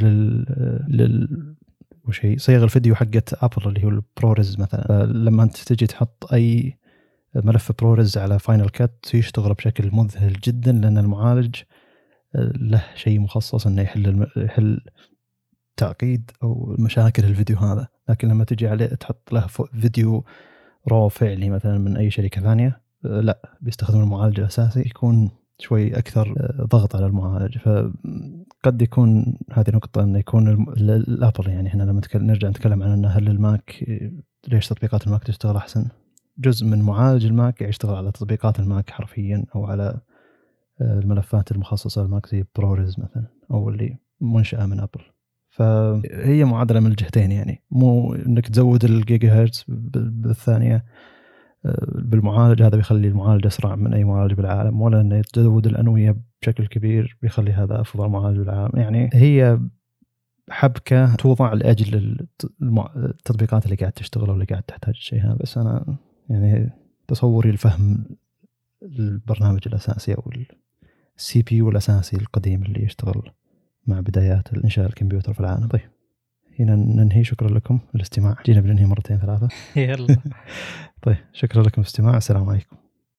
وشيء صيغ الفيديو حقت أبل اللي هو البروريز مثلا. لما أنت تجي تحط أي ملف بروريز على فاينل كات يشتغل بشكل مذهل جدا، لأن المعالج له شيء مخصص أنه يحل تعقيد أو مشاكل الفيديو هذا. لكن لما تجي عليه تحط له فيديو رو فعلي مثلا من أي شركة ثانية، لا، بيستخدم المعالج الأساسي يكون شوي أكثر ضغط على المعالج. فقد يكون هذه نقطة أنه يكون الأبل، يعني إحنا لما نرجع نتكلم عن أن هل الماك ليش تطبيقات الماك تشتغل أحسن، جزء من معالج الماك يشتغل على تطبيقات الماك حرفيا، أو على الملفات المخصصة للماك زي بروريز مثلا، أو اللي منشأة من أبل. فهي معادلة من الجهتين، يعني مو إنك تزود الجيجا هرتز بالثانية بالمعالج هذا بيخلي المعالج أسرع من أي معالج بالعالم، ولا إنه تزود الأنوية بشكل كبير بيخلي هذا أفضل معالج بالعالم. يعني هي حبكة توضع لأجل التطبيقات اللي قاعد تشتغل واللي قاعد تحتاج الشيء هذا. بس أنا يعني تصوري الفهم البرنامج الأساسي أو السي بي يو الأساسي القديم اللي يشتغل مع بدايات إنشاء الكمبيوتر في العالم. طيب هنا ننهي. شكرا لكم الاستماع. جينا بننهي مرتين ثلاثة. يلا طيب شكرا لكم الاستماع. السلام عليكم.